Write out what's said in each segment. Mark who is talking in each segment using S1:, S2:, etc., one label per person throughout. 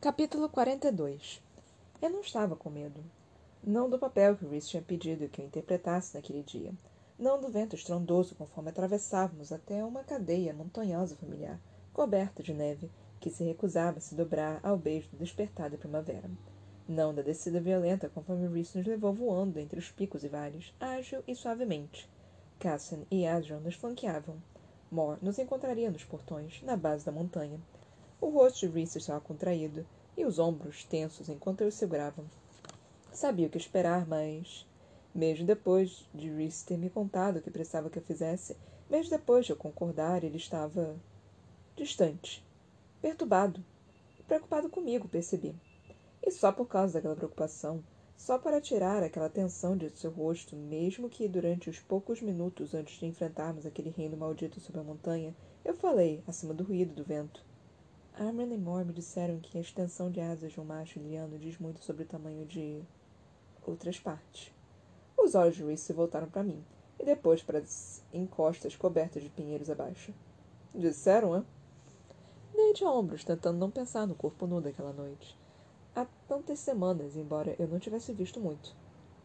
S1: Capítulo 42. Eu não estava com medo. Não do papel que Rhys tinha pedido que eu interpretasse naquele dia. Não do vento estrondoso conforme atravessávamos até uma cadeia montanhosa familiar, coberta de neve, que se recusava a se dobrar ao beijo do despertar da primavera. Não da descida violenta conforme Rhys nos levou voando entre os picos e vales, ágil e suavemente. Cassian e Adrian nos flanqueavam. Mor nos encontraria nos portões, na base da montanha. O rosto de Rhys estava contraído, e os ombros tensos enquanto eu o segurava. Sabia o que esperar, mas... Mesmo depois de Rhys ter me contado o que precisava que eu fizesse, mesmo depois de eu concordar, ele estava... distante. Perturbado. Preocupado comigo, percebi. E só por causa daquela preocupação, só para tirar aquela tensão de seu rosto, mesmo que durante os poucos minutos antes de enfrentarmos aquele reino maldito sob a montanha, eu falei, acima do ruído do vento. Amran e Mor me disseram que a extensão de asas de um macho liliano diz muito sobre o tamanho de... outras partes. Os olhos de Rhys se voltaram para mim, e depois para as encostas cobertas de pinheiros abaixo. Disseram, é? Dei de ombros, tentando não pensar no corpo nu daquela noite. Há tantas semanas, embora eu não tivesse visto muito.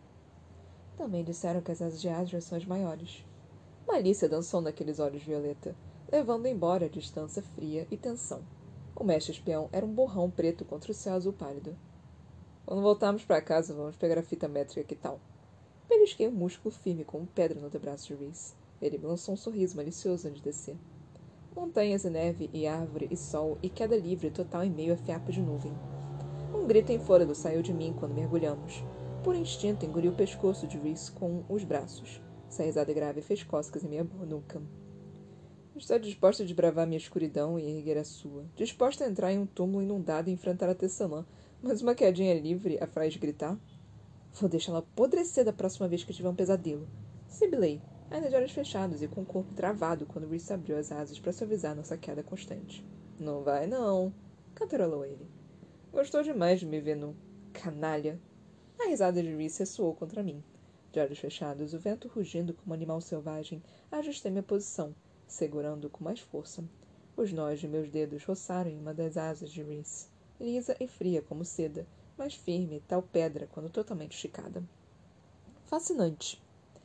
S1: Também disseram que as asas de Asriel são as maiores. Malícia dançou naqueles olhos violeta, levando embora a distância fria e tensão. O mestre espião era um borrão preto contra o céu azul pálido. Quando voltarmos para casa, vamos pegar a fita métrica, que tal? Belisquei um músculo firme como pedra no antebraço de Rhys. Ele me lançou um sorriso malicioso antes de descer. Montanhas e neve, e árvore, e sol, e queda livre total em meio a fiapos de nuvem. Um grito em fôlego saiu de mim quando mergulhamos. Por instinto, engoli o pescoço de Rhys com os braços. Essa risada grave fez cócegas em minha nuca. Estou disposta a desbravar minha escuridão e erguer a sua. Disposta a entrar em um túmulo inundado e enfrentar a Tessalã. Mas uma quedinha livre a faz gritar? Vou deixá-la apodrecer da próxima vez que tiver um pesadelo. Sibilei, ainda de olhos fechados e com o corpo travado quando Rhys abriu as asas para suavizar nossa queda constante. Não vai, não, cantarolou ele. Gostou demais de me ver no... canalha. A risada de Rhys ressoou contra mim. De olhos fechados, o vento rugindo como um animal selvagem, ajustei minha posição, segurando com mais força. Os nós de meus dedos roçaram em uma das asas de Rhys, lisa e fria como seda, mas firme, tal pedra quando totalmente esticada. Fascinante.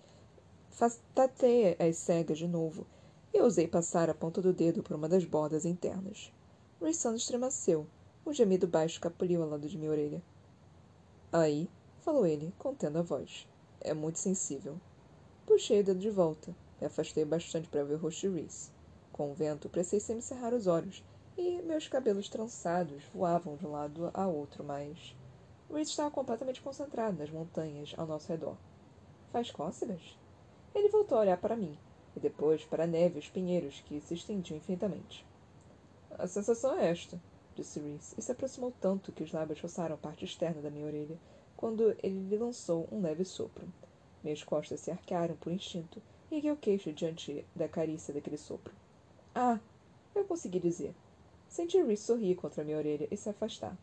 S1: Tatei as cegas de novo, e ousei passar a ponta do dedo por uma das bordas internas. Rhys estremeceu. Um gemido baixo capuliu ao lado de minha orelha. Aí, falou ele, contendo a voz. É muito sensível. Puxei o dedo de volta e afastei bastante para ver o rosto de Rhys. Com o vento, precisei me cerrar os olhos, e meus cabelos trançados voavam de um lado a outro, mas... Rhys estava completamente concentrado nas montanhas ao nosso redor. Faz cócegas? Ele voltou a olhar para mim, e depois para a neve e os pinheiros que se estendiam infinitamente. A sensação é esta, disse Rhys, e se aproximou tanto que os lábios roçaram a parte externa da minha orelha, quando ele lhe lançou um leve sopro. Minhas costas se arquearam por instinto, e ergui o queixo diante da carícia daquele sopro. Ah! Eu consegui dizer. Senti Rhys sorrir contra a minha orelha e se afastar.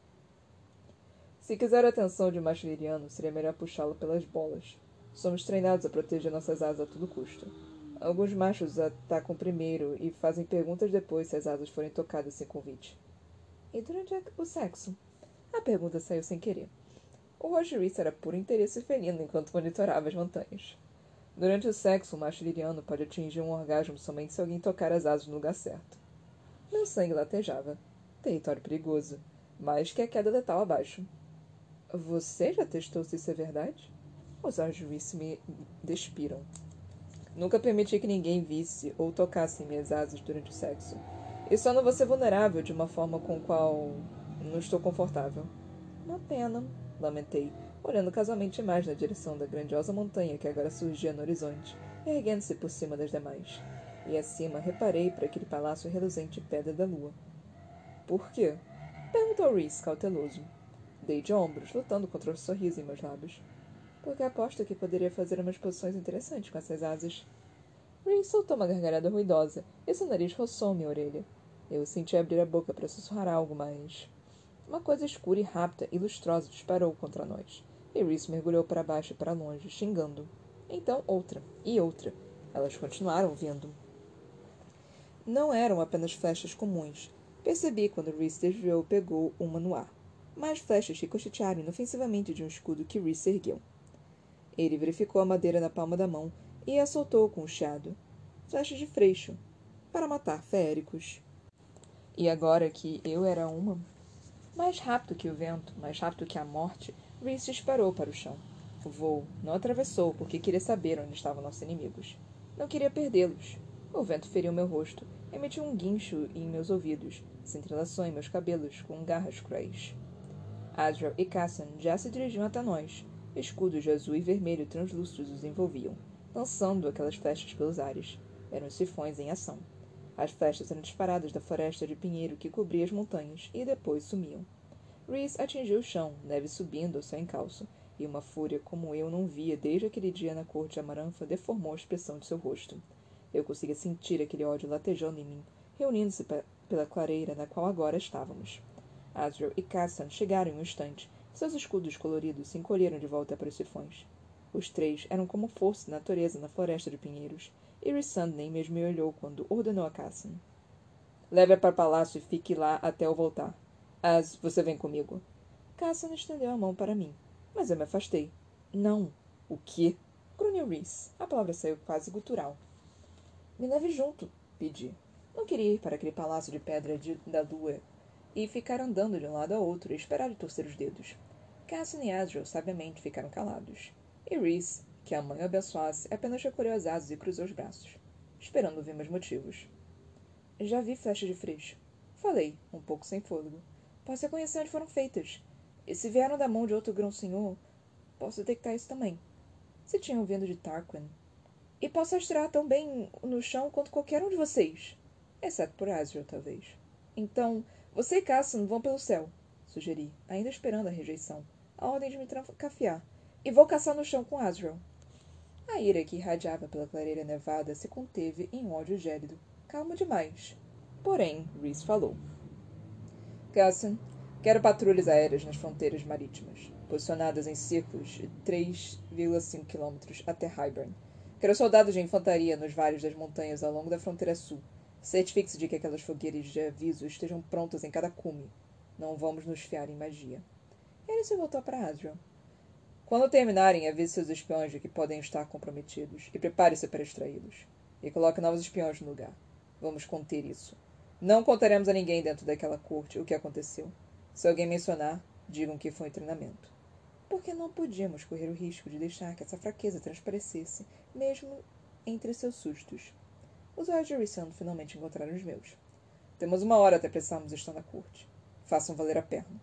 S1: Se quiser a atenção de um macho liriano, seria melhor puxá-lo pelas bolas. Somos treinados a proteger nossas asas a todo custo. Alguns machos atacam primeiro e fazem perguntas depois se as asas forem tocadas sem convite. E durante o sexo? A pergunta saiu sem querer. O rosto de Rhys era puro interesse felino enquanto monitorava as montanhas. Durante o sexo, um macho liriano pode atingir um orgasmo somente se alguém tocar as asas no lugar certo. Meu sangue latejava. Território perigoso. Mais que a queda letal abaixo. Você já testou se isso é verdade? Os olhos de Rhys me despiram. Nunca permiti que ninguém visse ou tocasse em minhas asas durante o sexo. E só não vou ser vulnerável de uma forma com a qual não estou confortável. Uma pena, lamentei, olhando casualmente mais na direção da grandiosa montanha que agora surgia no horizonte, erguendo-se por cima das demais. E acima reparei para aquele palácio reluzente pedra da lua. Por quê? Perguntou Rhys, cauteloso. Dei de ombros, lutando contra o sorriso em meus lábios. Porque aposto que poderia fazer umas posições interessantes com essas asas. Rhys soltou uma gargalhada ruidosa, e seu nariz roçou minha orelha. Eu senti abrir a boca para sussurrar algo, mas... Uma coisa escura e rápida e lustrosa disparou contra nós, e Rhys mergulhou para baixo e para longe, xingando. Então outra, e outra. Elas continuaram vindo. Não eram apenas flechas comuns. Percebi quando Rhys desviou e pegou uma no ar. mais flechas ricochetearam inofensivamente de um escudo que Rhys ergueu. Ele verificou a madeira na palma da mão e a soltou com um chiado. Flechas de freixo, para matar féricos. E agora que eu era uma... Mais rápido que o vento, mais rápido que a morte, Rhys disparou para o chão. O voo não atravessou porque queria saber onde estavam nossos inimigos. Não queria perdê-los. O vento feriu meu rosto, emitiu um guincho em meus ouvidos, se entrelaçou em meus cabelos com garras cruéis. Azrael e Cassian já se dirigiam até nós. Escudos de azul e vermelho translúcidos os envolviam, lançando aquelas flechas pelos ares. Eram os sifões em ação. As flechas eram disparadas da floresta de pinheiro que cobria as montanhas e depois sumiam. Rhys atingiu o chão, neve subindo ao seu encalço, e uma fúria como eu não via desde aquele dia na corte de Amaranfa deformou a expressão de seu rosto. Eu conseguia sentir aquele ódio latejando em mim, reunindo-se pela clareira na qual agora estávamos. Azrael e Cassian chegaram em um instante. Seus escudos coloridos se encolheram de volta para os sifões. Os três eram como força da natureza na floresta de pinheiros, e Rhysand nem mesmo me olhou quando ordenou a Cassian. Leve-a para o palácio e fique lá até eu voltar. Você vem comigo. Cassian estendeu a mão para mim, mas eu me afastei. Não. O quê? Grunhiu Rhys. A palavra saiu quase gutural. Me leve junto, pedi. Não queria ir para aquele palácio de pedra da lua e ficar andando de um lado a outro e esperar de torcer os dedos. Cassian e Azrael sabiamente ficaram calados. E Rhys, que a mãe o abençoasse, apenas recolheu as asas e cruzou os braços, esperando ouvir meus motivos. Já vi flechas de freixo. Falei, um pouco sem fôlego. Posso reconhecer onde foram feitas. E se vieram da mão de outro grão-senhor, posso detectar isso também. Se tinham vindo de Tarquin. E posso rastrear tão bem no chão quanto qualquer um de vocês. Exceto por Azrael, talvez. Então, você e Cassian vão pelo céu, sugeri, ainda esperando a rejeição. A ordem de me trancafiar. E vou caçar no chão com Azrael. A ira que irradiava pela clareira nevada se conteve em um ódio gélido. Calmo demais. Porém, Rhys falou. Cassian, quero patrulhas aéreas nas fronteiras marítimas, posicionadas em círculos de 3,5 km até Hybern. Quero soldados de infantaria nos vales das montanhas ao longo da fronteira sul. Certifique-se de que aquelas fogueiras de aviso estejam prontas em cada cume. Não vamos nos fiar em magia. Ele se voltou para Azrael. Quando terminarem, avise seus espiões de que podem estar comprometidos e prepare-se para extraí-los. E coloque novos espiões no lugar. Vamos conter isso. Não contaremos a ninguém dentro daquela corte o que aconteceu. Se alguém mencionar, digam que foi um treinamento. Porque não podíamos correr o risco de deixar que essa fraqueza transparecesse, mesmo entre seus sustos. Os olhos de Rhysand finalmente encontraram os meus. Temos 1 hora até precisarmos estar na corte. Façam valer a perna.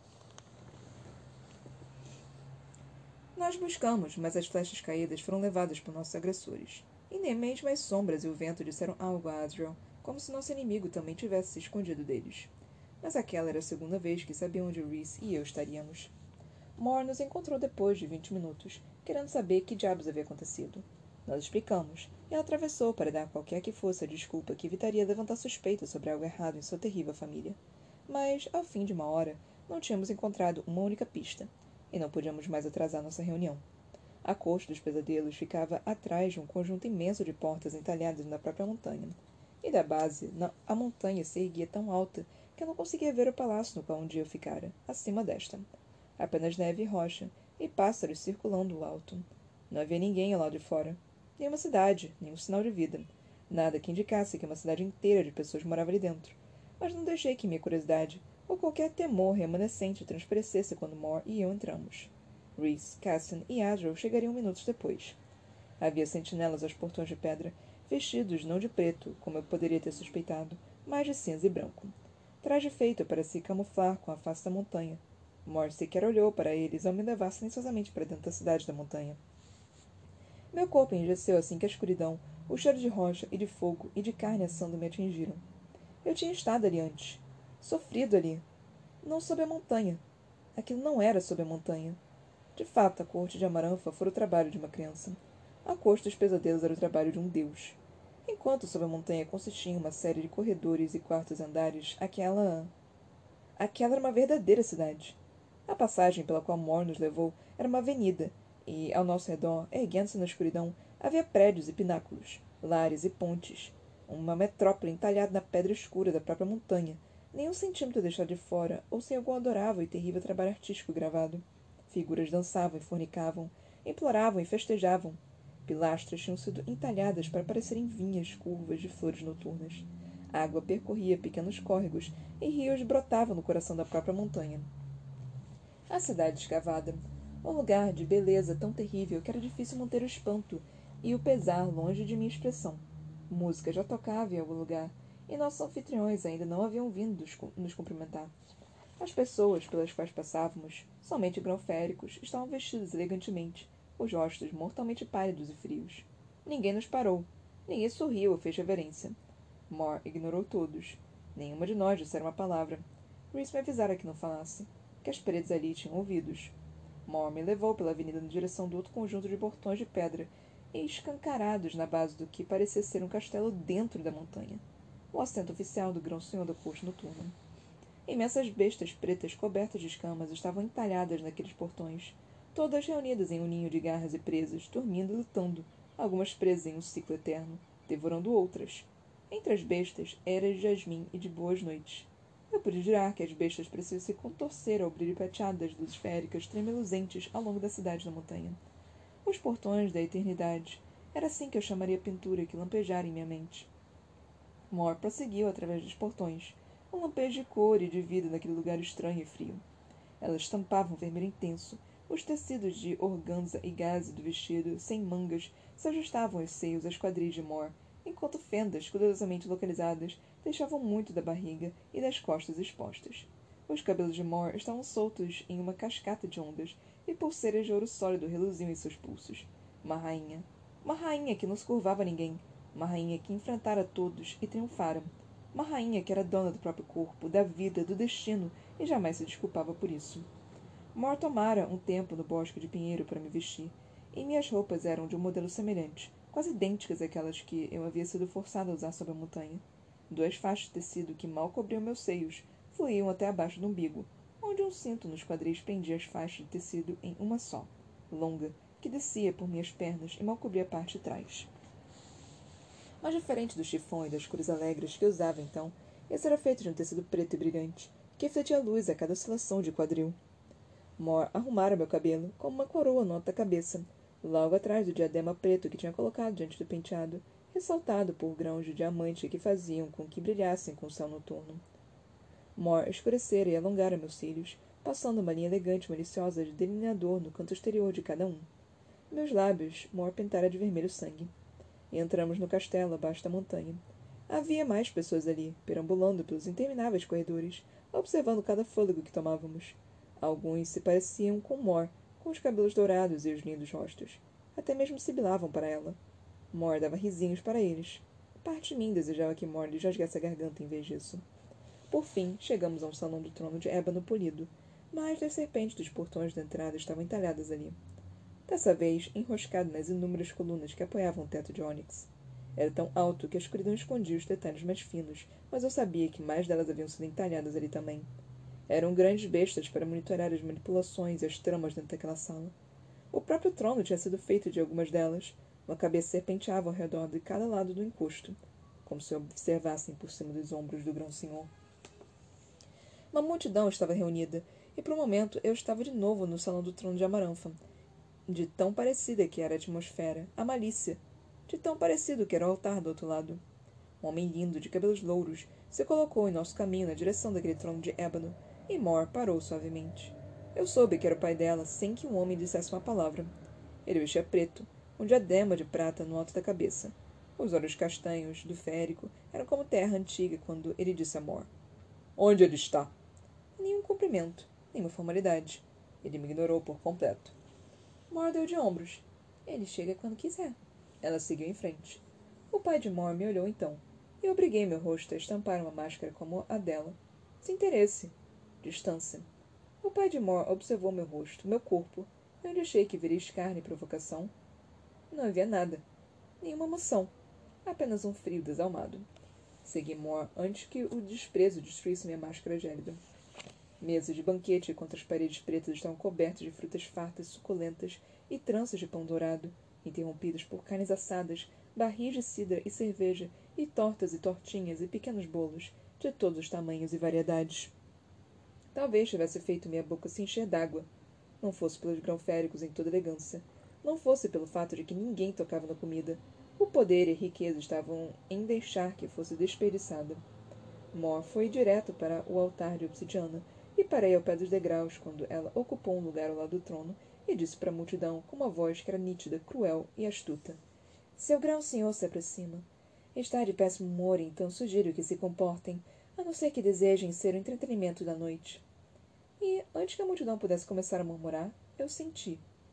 S1: Nós buscamos, mas as flechas caídas foram levadas por nossos agressores. E nem mesmo as sombras e o vento disseram algo a Azrael, como se nosso inimigo também tivesse se escondido deles. Mas aquela era a segunda vez que sabia onde Rhys e eu estaríamos. Mor nos encontrou depois de 20 minutos, querendo saber que diabos havia acontecido. Nós explicamos, e ela atravessou para dar qualquer que fosse a desculpa que evitaria levantar suspeita sobre algo errado em sua terrível família. Mas, ao fim de 1 hora, não tínhamos encontrado uma única pista, e não podíamos mais atrasar nossa reunião. A corte dos pesadelos ficava atrás de um conjunto imenso de portas entalhadas na própria montanha. E da base, a montanha se erguia tão alta que eu não conseguia ver o palácio no qual um dia eu ficara, acima desta. Apenas neve e rocha, e pássaros circulando o alto. Não havia ninguém ao lado de fora. Nenhuma cidade, nenhum sinal de vida. Nada que indicasse que uma cidade inteira de pessoas morava ali dentro. Mas não deixei que minha curiosidade ou qualquer temor remanescente transparecesse quando Mor e eu entramos. Rhys, Cassian e Azrael chegariam minutos depois. Havia sentinelas aos portões de pedra, vestidos não de preto, como eu poderia ter suspeitado, mas de cinza e branco. Traje feito para se camuflar com a face da montanha. Mor sequer olhou para eles ao me levar silenciosamente para dentro da cidade da montanha. Meu corpo enrijeceu assim que a escuridão, o cheiro de rocha e de fogo e de carne assando me atingiram. Eu tinha estado ali antes. Sofrido ali. Não sob a montanha. Aquilo não era sob a montanha. De fato, a corte de Amaranfa fora o trabalho de uma criança. A corte dos pesadelos era o trabalho de um deus. Enquanto sob a montanha consistia em uma série de corredores e quartos andares, aquela era uma verdadeira cidade. A passagem pela qual Mor nos levou era uma avenida, e, ao nosso redor, erguendo-se na escuridão, havia prédios e pináculos, lares e pontes. Uma metrópole entalhada na pedra escura da própria montanha, Nem um centímetro deixado de fora, ou sem algum adorável e terrível trabalho artístico gravado. Figuras dançavam e fornicavam, imploravam e festejavam. Pilastras tinham sido entalhadas para parecerem vinhas curvas de flores noturnas. A água percorria pequenos córregos e rios brotavam no coração da própria montanha. A cidade escavada, um lugar de beleza tão terrível que era difícil manter o espanto e o pesar longe de minha expressão. Música já tocava em algum lugar, e nossos anfitriões ainda não haviam vindo nos cumprimentar. As pessoas pelas quais passávamos, somente grão-féricos, estavam vestidas elegantemente, os rostos mortalmente pálidos e frios. Ninguém nos parou. Ninguém sorriu ou fez reverência. Mor ignorou todos. Nenhuma de nós dissera uma palavra. Reese me avisara que não falasse, que as paredes ali tinham ouvidos. Mor me levou pela avenida na direção do outro conjunto de portões de pedra, escancarados na base do que parecia ser um castelo dentro da montanha, o assento oficial do grão-senhor da corte noturna. Imensas bestas pretas cobertas de escamas estavam entalhadas naqueles portões, todas reunidas em um ninho de garras e presas, dormindo e lutando, algumas presas em um ciclo eterno, devorando outras. Entre as bestas, eras de jasmim e de boas noites. Eu pude jurar que as bestas precisam se contorcer ao brilho prateado das luzes féricas tremeluzentes ao longo da cidade da montanha. Os portões da eternidade. Era assim que eu chamaria a pintura que lampejara em minha mente. Mor prosseguiu através dos portões, um lampejo de cor e de vida naquele lugar estranho e frio. Elas estampavam vermelho intenso. Os tecidos de organza e gaze do vestido, sem mangas, se ajustavam aos seios às quadris de Mor, enquanto fendas, cuidadosamente localizadas, deixavam muito da barriga e das costas expostas. Os cabelos de Mor estavam soltos em uma cascata de ondas, e pulseiras de ouro sólido reluziam em seus pulsos. Uma rainha. Uma rainha que não se curvava a ninguém. Uma rainha que enfrentara todos e triunfara. Uma rainha que era dona do próprio corpo, da vida, do destino, e jamais se desculpava por isso. Mor tomara um tempo no bosque de pinheiro para me vestir, e minhas roupas eram de um modelo semelhante, quase idênticas àquelas que eu havia sido forçada a usar sob a montanha. 2 faixas de tecido que mal cobriam meus seios fluíam até abaixo do umbigo, onde um cinto nos quadris prendia as faixas de tecido em uma só, longa, que descia por minhas pernas e mal cobria a parte de trás. Mas diferente do chifão e das cores alegres que usava então, esse era feito de um tecido preto e brilhante, que refletia a luz a cada oscilação de quadril. Mor arrumara meu cabelo, como uma coroa no alto da cabeça, logo atrás do diadema preto que tinha colocado diante do penteado, ressaltado por grãos de diamante que faziam com que brilhassem com o céu noturno. Mor escurecera e alongara meus cílios, passando uma linha elegante e maliciosa de delineador no canto exterior de cada um. Meus lábios Mor pintara de vermelho sangue. E entramos no castelo abaixo da montanha. Havia mais pessoas ali, perambulando pelos intermináveis corredores, observando cada fôlego que tomávamos. Alguns se pareciam com Mor, com os cabelos dourados e os lindos rostos. Até mesmo sibilavam para ela. Mor dava risinhos para eles. Parte de mim desejava que Mor lhe rasgasse a garganta em vez disso. Por fim, chegamos a um salão do trono de ébano polido, mas as serpentes dos portões da entrada estavam entalhadas ali. Dessa vez, enroscado nas inúmeras colunas que apoiavam o teto de ônix. Era tão alto que a escuridão escondia os detalhes mais finos, mas eu sabia que mais delas haviam sido entalhadas ali também. Eram grandes bestas para monitorar as manipulações e as tramas dentro daquela sala. O próprio trono tinha sido feito de algumas delas. Uma cabeça serpenteava ao redor de cada lado do encosto, como se observassem por cima dos ombros do grão-senhor. Uma multidão estava reunida, e por um momento eu estava de novo no salão do trono de Amaranfa. De tão parecida que era a atmosfera, a malícia. De tão parecido que era o altar do outro lado. Um homem lindo, de cabelos louros, se colocou em nosso caminho na direção daquele trono de ébano, e Mor parou suavemente. Eu soube que era o pai dela, sem que um homem dissesse uma palavra. Ele vestia preto, um diadema de prata no alto da cabeça. Os olhos castanhos, do férico, eram como terra antiga quando ele disse a Mor: "Onde ele está?" Nenhum cumprimento, nenhuma formalidade. Ele me ignorou por completo. Mor deu de ombros. Ele chega quando quiser. Ela seguiu em frente. O pai de Mor me olhou então. E eu obriguei meu rosto a estampar uma máscara como a dela. Desinteresse. Distância. O pai de Mor observou meu rosto, meu corpo. Eu onde achei que viria escárnio e provocação. Não havia nada. Nenhuma emoção. Apenas um frio desalmado. Segui Mor antes que o desprezo destruísse minha máscara gélida. Mesas de banquete contra as paredes pretas estavam cobertas de frutas fartas e suculentas e tranças de pão dourado, interrompidas por carnes assadas, barris de cidra e cerveja, e tortas e tortinhas e pequenos bolos, de todos os tamanhos e variedades. Talvez tivesse feito minha boca se encher d'água, não fosse pelos grão-féricos em toda elegância, não fosse pelo fato de que ninguém tocava na comida. O poder e a riqueza estavam em deixar que fosse desperdiçada. Mor foi direto para o altar de obsidiana e parei ao pé dos degraus quando ela ocupou um lugar ao lado do trono e disse para a multidão com uma voz que era nítida, cruel e astuta: Seu grão-senhor se aproxima. Está de péssimo humor, então sugiro que se comportem, a não ser que desejem ser o entretenimento da noite. E, antes que a multidão pudesse começar a murmurar, eu senti.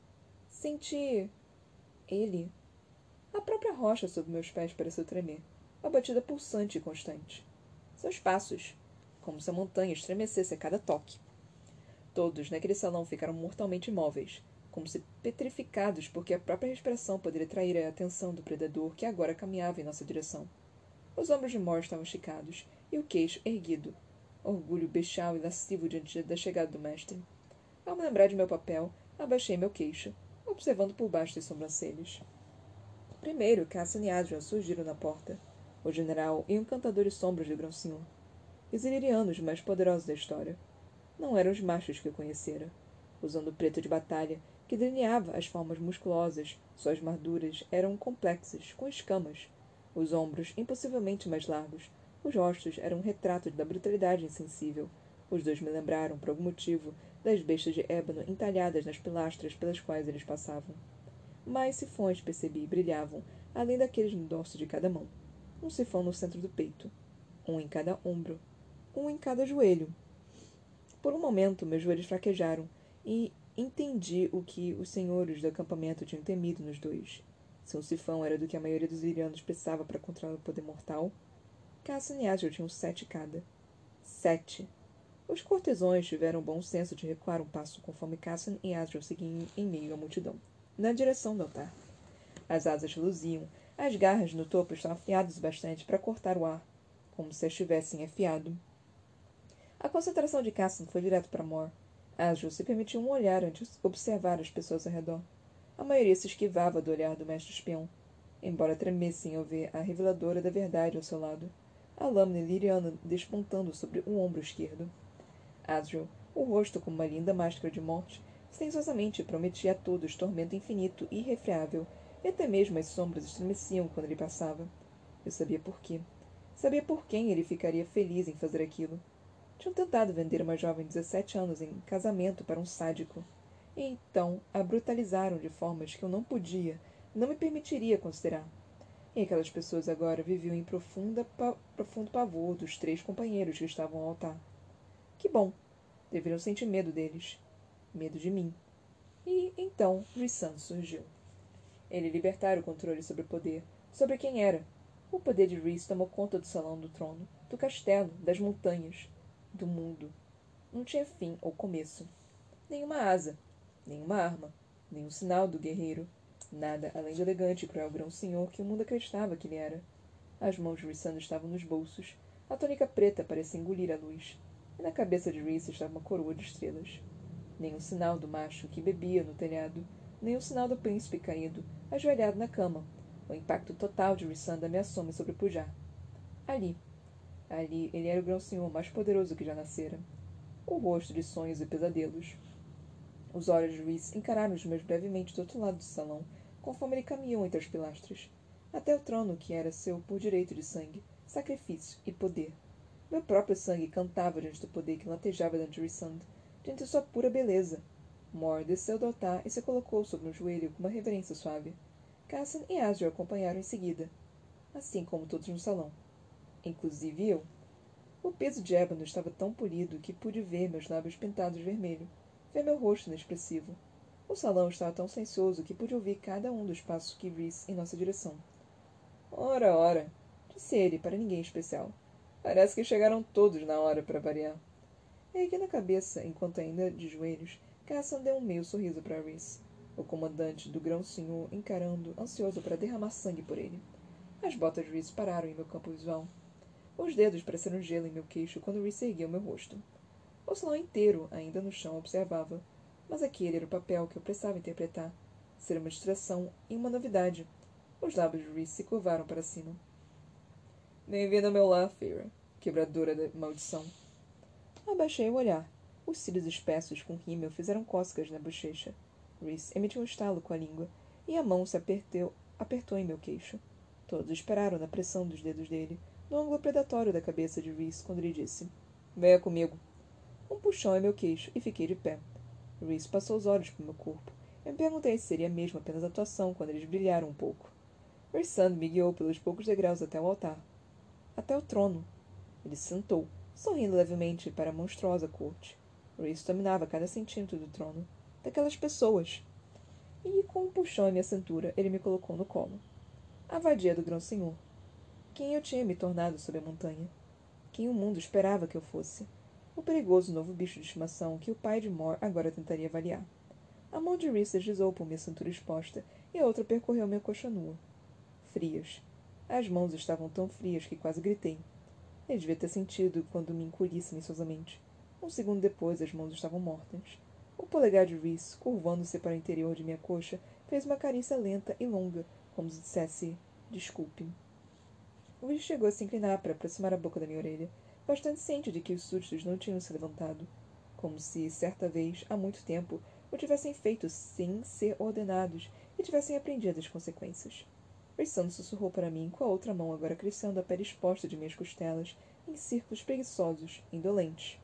S1: Senti ele. A própria rocha sob meus pés pareceu tremer, a batida pulsante e constante. Seus passos, como se a montanha estremecesse a cada toque. Todos naquele salão ficaram mortalmente imóveis, como se petrificados porque a própria respiração poderia atrair a atenção do predador que agora caminhava em nossa direção. Os ombros de Mor estavam esticados e o queixo erguido, orgulho bestial e lascivo diante da chegada do mestre. Ao me lembrar de meu papel, abaixei meu queixo, observando por baixo das sobrancelhas. Primeiro, Cassian e Adriel surgiram na porta, o general e um cantador de sombras de grão-senhor. Os ilirianos mais poderosos da história. Não eram os machos que eu conhecera. Usando o preto de batalha, que delineava as formas musculosas, suas armaduras eram complexas, com escamas. Os ombros impossivelmente mais largos. Os rostos eram um retrato da brutalidade insensível. Os dois me lembraram, por algum motivo, das bestas de ébano entalhadas nas pilastras pelas quais eles passavam. Mais sifões, percebi, brilhavam, além daqueles no dorso de cada mão. Um sifão no centro do peito. Um em cada ombro. Um em cada joelho. Por um momento, meus joelhos fraquejaram, e entendi o que os senhores do acampamento tinham temido nos dois. Se um sifão era do que a maioria dos irianos precisava para controlar o poder mortal, Cassian e Asriel tinham 7 cada. 7. Os cortesões tiveram o bom senso de recuar um passo conforme Cassian e Asriel seguiam em meio à multidão, na direção do altar. As asas luziam, as garras no topo estavam afiadas bastante para cortar o ar, como se as tivessem afiado. A concentração de Cassian foi direto para Mor. Asriel se permitiu um olhar antes de observar as pessoas ao redor. A maioria se esquivava do olhar do mestre espião, embora tremessem ao ver a reveladora da verdade ao seu lado, a lâmina iliriana despontando sobre o ombro esquerdo. Asriel, o rosto como uma linda máscara de morte, silenciosamente prometia a todos tormento infinito e irrefreável, e até mesmo as sombras estremeciam quando ele passava. Eu sabia por quê. Sabia por quem ele ficaria feliz em fazer aquilo. Tinham tentado vender uma jovem de 17 anos em casamento para um sádico. E então a brutalizaram de formas que eu não me permitiria considerar. E aquelas pessoas agora viviam em profundo pavor dos 3 companheiros que estavam ao altar. Que bom! Deveriam sentir medo deles. Medo de mim. E então Rhysand surgiu. Ele libertara o controle sobre o poder, sobre quem era. O poder de Rhys tomou conta do salão do trono, do castelo, das montanhas, do mundo. Não tinha fim ou começo. Nenhuma asa, nenhuma arma, nenhum sinal do guerreiro. Nada além do elegante e cruel grão-senhor que o mundo acreditava que ele era. As mãos de Rhysand estavam nos bolsos. A túnica preta parecia engolir a luz. E na cabeça de Rhys estava uma coroa de estrelas. Nenhum sinal do macho que bebia no telhado, nenhum sinal do príncipe caído, ajoelhado na cama. O impacto total de Rhysand ameaçou-me sobrepujar. Ali ele era o grão-senhor mais poderoso que já nascera. O rosto de sonhos e pesadelos. Os olhos de Rhys encararam os meus brevemente do outro lado do salão, conforme ele caminhou entre as pilastras, até o trono que era seu por direito de sangue, sacrifício e poder. Meu próprio sangue cantava diante do poder que latejava dentro de Rhysand, diante de sua pura beleza. Mor desceu do altar e se colocou sobre um joelho com uma reverência suave. Cassian e Asriel acompanharam em seguida, assim como todos no salão. Inclusive eu. O peso de ébano estava tão polido que pude ver meus lábios pintados de vermelho, ver meu rosto inexpressivo. O salão estava tão silencioso que pude ouvir cada um dos passos que Rhys em nossa direção. Ora, ora, disse ele para ninguém especial. Parece que chegaram todos na hora para variar. Erguendo a cabeça, enquanto ainda de joelhos, Cassian deu um meio sorriso para Rhys, o comandante do grão-senhor encarando, ansioso para derramar sangue por ele. As botas de Rhys pararam em meu campo visual. Os dedos pareceram gelo em meu queixo quando Rhys ergueu meu rosto. O salão inteiro, ainda no chão, observava, mas aquele era o papel que eu precisava interpretar. Ser uma distração e uma novidade. Os lábios de Rhys se curvaram para cima. Bem-vindo ao meu lar, Feyre. quebradora da maldição. Abaixei o olhar. Os cílios espessos com rímel fizeram cócegas na bochecha. Rhys emitiu um estalo com a língua, e a mão se apertou em meu queixo. Todos esperaram na pressão dos dedos dele, no ângulo predatório da cabeça de Rhys, quando ele disse: "Venha comigo." Um puxão em meu queixo, e fiquei de pé. Rhys passou os olhos por meu corpo. Eu me perguntei se seria mesmo apenas atuação quando eles brilharam um pouco. Rhys me guiou pelos poucos degraus até o altar. Até o trono. Ele se sentou, sorrindo levemente para a monstruosa corte. Rhys dominava cada centímetro do trono, daquelas pessoas. E, com um puxão em minha cintura, ele me colocou no colo. A vadia do grão-senhor. Quem eu tinha me tornado sob a montanha? Quem o mundo esperava que eu fosse? O perigoso novo bicho de estimação que o pai de Mor agora tentaria avaliar. A mão de Rhys deslizou por minha cintura exposta e a outra percorreu minha coxa nua. Frias. As mãos estavam tão frias que quase gritei. Ele devia ter sentido quando me encolhi silenciosamente. Um segundo depois, as mãos estavam mortas. O polegar de Rhys, curvando-se para o interior de minha coxa, fez uma carícia lenta e longa, como se dissesse: "Desculpe." Rhys chegou a se inclinar para aproximar a boca da minha orelha, bastante ciente de que os súditos não tinham se levantado, como se, certa vez, há muito tempo, o tivessem feito sem ser ordenados e tivessem aprendido as consequências. Rhys sussurrou para mim, com a outra mão agora crescendo a pele exposta de minhas costelas, em círculos preguiçosos, indolentes.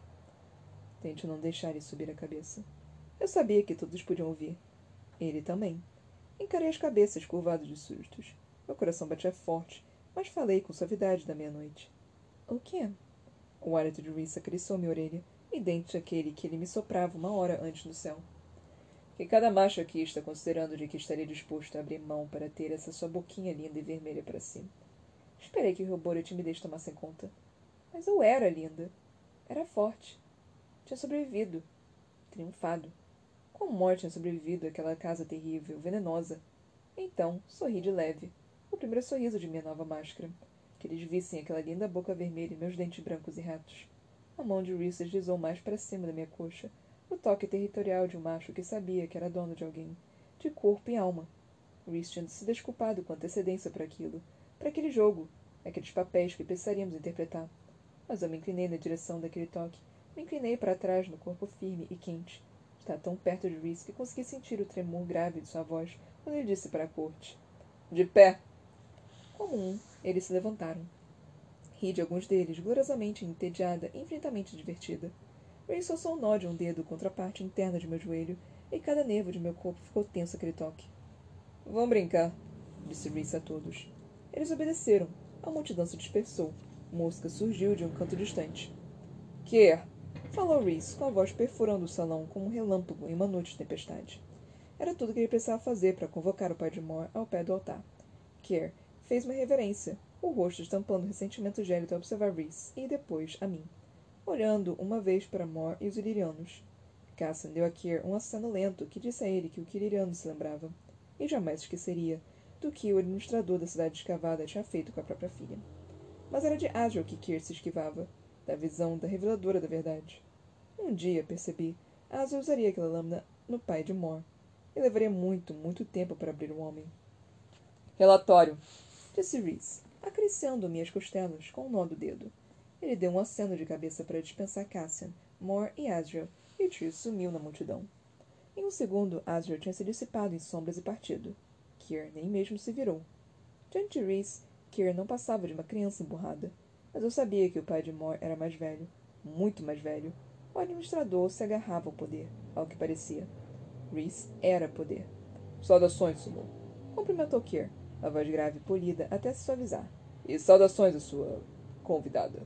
S1: Tente não deixar ele subir a cabeça. Eu sabia que todos podiam ouvir. Ele também. Encarei as cabeças curvadas dos súditos. Meu coração batia forte, mas falei com suavidade da meia-noite. "O quê?" O hálito de Rhys acariciou minha orelha, idêntico àquele que ele me soprava uma hora antes no céu. "Que cada macho aqui está considerando de que estaria disposto a abrir mão para ter essa sua boquinha linda e vermelha para si." Esperei que o rubor e a timidez tomassem conta. Mas eu era linda. Era forte. Tinha sobrevivido. Triunfado. Com Mor tinha sobrevivido àquela casa terrível, venenosa. Então, sorri de leve. O primeiro sorriso de minha nova máscara. Que eles vissem aquela linda boca vermelha e meus dentes brancos e retos. A mão de Rhys deslizou mais para cima da minha coxa. O toque territorial de um macho que sabia que era dono de alguém. De corpo e alma. Rhys tinha se desculpado com antecedência para aquilo. Para aquele jogo. Aqueles papéis que precisaríamos interpretar. Mas eu me inclinei na direção daquele toque. Me inclinei para trás no corpo firme e quente. Estava tão perto de Rhys que consegui sentir o tremor grave de sua voz quando ele disse para a corte: "De pé!" Como eles se levantaram. Ri de alguns deles, gloriosamente entediada e infinitamente divertida. Rhys soltou um nó de um dedo contra a parte interna de meu joelho, e cada nervo de meu corpo ficou tenso àquele toque. "Vão brincar", disse Rhys a todos. Eles obedeceram. A multidão se dispersou. Mosca surgiu de um canto distante. "Quer?" falou Rhys, com a voz perfurando o salão como um relâmpago em uma noite de tempestade. Era tudo o que ele precisava fazer para convocar o pai de Mor ao pé do altar. Kerr fez uma reverência, o rosto estampando ressentimento gélido ao observar Rhys, e depois a mim, olhando uma vez para Mor e os ilirianos. Cassian deu a Kerr um aceno lento que disse a ele que o quiririano se lembrava, e jamais esqueceria, do que o administrador da cidade escavada tinha feito com a própria filha. Mas era de Asriel que Kerr se esquivava, da visão da reveladora da verdade. Um dia, percebi, Asriel usaria aquela lâmina no pai de Mor, e levaria muito, muito tempo para abrir um homem. "Relatório", disse Rhys, acariciando-me as costelas com um nó do dedo. Ele deu um aceno de cabeça para dispensar Cassian, Mor e Asriel, e o trio sumiu na multidão. Em um segundo, Asriel tinha se dissipado em sombras e partido. Kerr nem mesmo se virou. Diante de Rhys, Kerr não passava de uma criança emburrada. Mas eu sabia que o pai de Mor era mais velho. Muito mais velho. O administrador se agarrava ao poder, ao que parecia. Rhys era poder. "Saudações, senhor", cumprimentou Kerr, a voz grave e polida até se suavizar. "E saudações à sua convidada."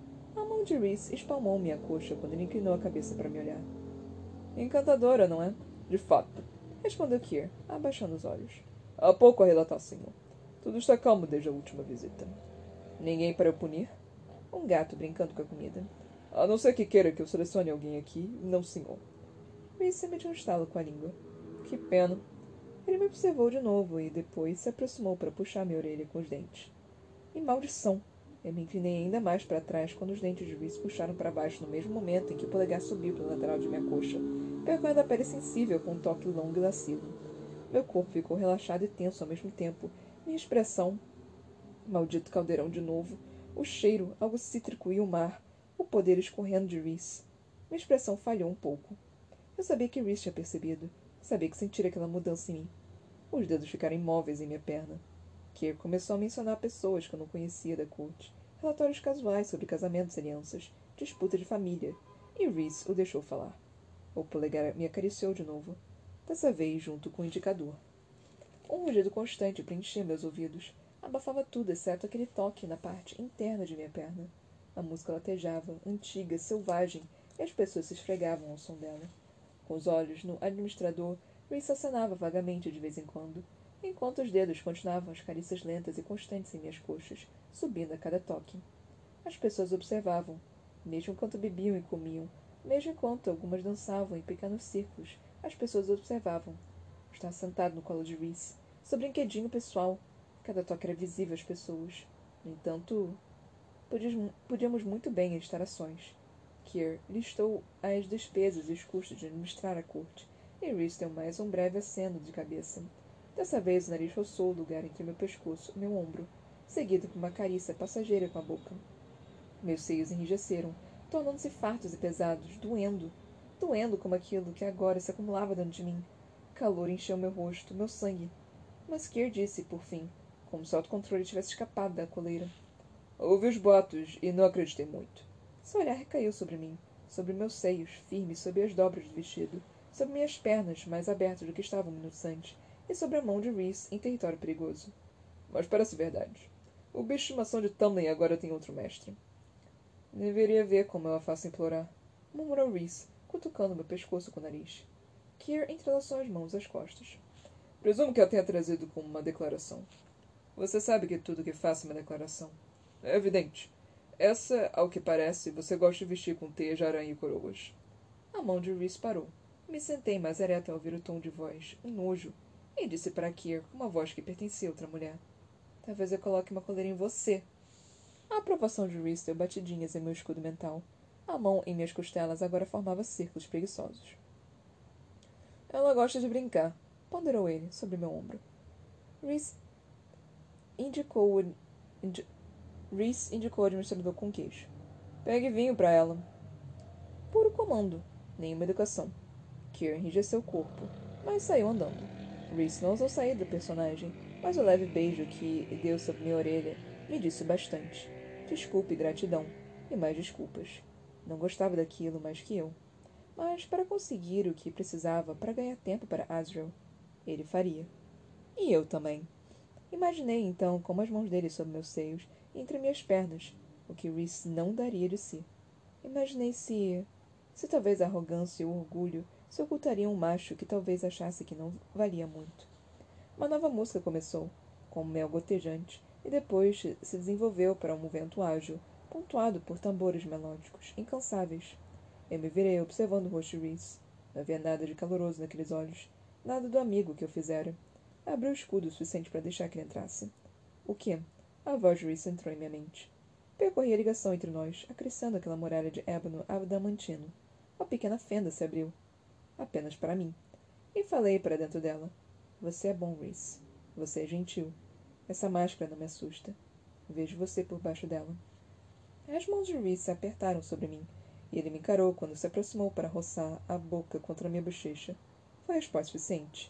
S1: A mão de Rhys espalmou minha coxa quando ele inclinou a cabeça para me olhar. "Encantadora, não é?" "De fato", respondeu Kerr, abaixando os olhos. "Há pouco a relatar, senhor. Tudo está calmo desde a última visita." "Ninguém para eu punir?" Um gato brincando com a comida. "A não ser que queira que eu selecione alguém aqui, não, senhor." Rhys emitiu um estalo com a língua. "Que pena." Ele me observou de novo e depois se aproximou para puxar minha orelha com os dentes. E maldição! Eu me inclinei ainda mais para trás quando os dentes de Rhys puxaram para baixo no mesmo momento em que o polegar subiu pela lateral de minha coxa, percorrendo a pele sensível com um toque longo e lascivo. Meu corpo ficou relaxado e tenso ao mesmo tempo. Minha expressão, maldito caldeirão de novo, O cheiro, algo cítrico e o mar, o poder escorrendo de Rhys. Minha expressão falhou um pouco. Eu sabia que Rhys tinha percebido. Sabia que sentira aquela mudança em mim. Os dedos ficaram imóveis em minha perna. Keir começou a mencionar pessoas que eu não conhecia da corte. Relatórios casuais sobre casamentos e alianças, disputa de família. E Rhys o deixou falar. O polegar me acariciou de novo. Dessa vez junto com o indicador. Um rugido constante preenchia meus ouvidos. Abafava tudo, exceto aquele toque na parte interna de minha perna. A música latejava, antiga, selvagem, e as pessoas se esfregavam ao som dela. Com os olhos no administrador, Rhys acenava vagamente de vez em quando, enquanto os dedos continuavam as carícias lentas e constantes em minhas coxas, subindo a cada toque. As pessoas observavam, mesmo enquanto bebiam e comiam, mesmo enquanto algumas dançavam em pequenos círculos, as pessoas observavam. Estava sentado no colo de Rhys, seu brinquedinho pessoal. Cada toque era visível às pessoas. No entanto, podíamos muito bem estar a sós. Keir listou as despesas e os custos de administrar a corte, e Rhys deu mais um breve aceno de cabeça. Dessa vez o nariz roçou o lugar entre meu pescoço e meu ombro, seguido por uma carícia passageira com a boca. Meus seios enrijeceram, tornando-se fartos e pesados, doendo como aquilo que agora se acumulava dentro de mim. Calor encheu meu rosto, meu sangue. Mas Keir disse, por fim, como se o autocontrole tivesse escapado da coleira. Ouvi os boatos e não acreditei muito. Seu olhar recaiu sobre mim, sobre meus seios, firmes sob as dobras do vestido, sobre minhas pernas, mais abertas do que estavam minutos antes, e sobre a mão de Rhys em território perigoso. Mas parece verdade. O bicho de estimação de Tamlin agora tem outro mestre. Deveria ver como eu a faço implorar, murmurou Rhys, cutucando meu pescoço com o nariz. Keir entrelaçou as mãos às costas. Presumo que a tenha trazido como uma declaração. Você sabe que tudo que faço é uma declaração. É evidente. Essa, ao que parece, você gosta de vestir com teias de aranha e coroas. A mão de Rhys parou. Me sentei mais ereta ao ouvir o tom de voz, um nojo, e disse para Keir com uma voz que pertencia a outra mulher. Talvez eu coloque uma coleira em você. A aprovação de Rhys deu batidinhas em meu escudo mental. A mão em minhas costelas agora formava círculos preguiçosos. Ela gosta de brincar, ponderou ele, sobre meu ombro. Rhys indicou o administrador com queixo. Pegue vinho para ela. Puro comando. Nenhuma educação. Keir enrijeceu o corpo, mas saiu andando. Rhys não ousou sair do personagem, mas o leve beijo que deu sobre minha orelha me disse bastante. Desculpe e gratidão. E mais desculpas. Não gostava daquilo mais que eu. Mas para conseguir o que precisava para ganhar tempo para Azrael, ele faria. E eu também. Imaginei, então, como as mãos dele sob meus seios e entre minhas pernas, o que Rhys não daria de si. Imaginei se talvez a arrogância e o orgulho se ocultariam um macho que talvez achasse que não valia muito. Uma nova música começou, com um mel gotejante, e depois se desenvolveu para um movimento ágil, pontuado por tambores melódicos, incansáveis. Eu me virei observando o rosto de Rhys. Não havia nada de caloroso naqueles olhos, nada do amigo que eu fizera. Abri o escudo o suficiente para deixar que ele entrasse. O quê? A voz de Rhys entrou em minha mente. Percorri a ligação entre nós, acrescendo aquela muralha de ébano adamantino. Uma pequena fenda se abriu. Apenas para mim. E falei para dentro dela. Você é bom, Rhys. Você é gentil. Essa máscara não me assusta. Vejo você por baixo dela. As mãos de Rhys se apertaram sobre mim, e ele me encarou quando se aproximou para roçar a boca contra minha bochecha. Foi a resposta suficiente.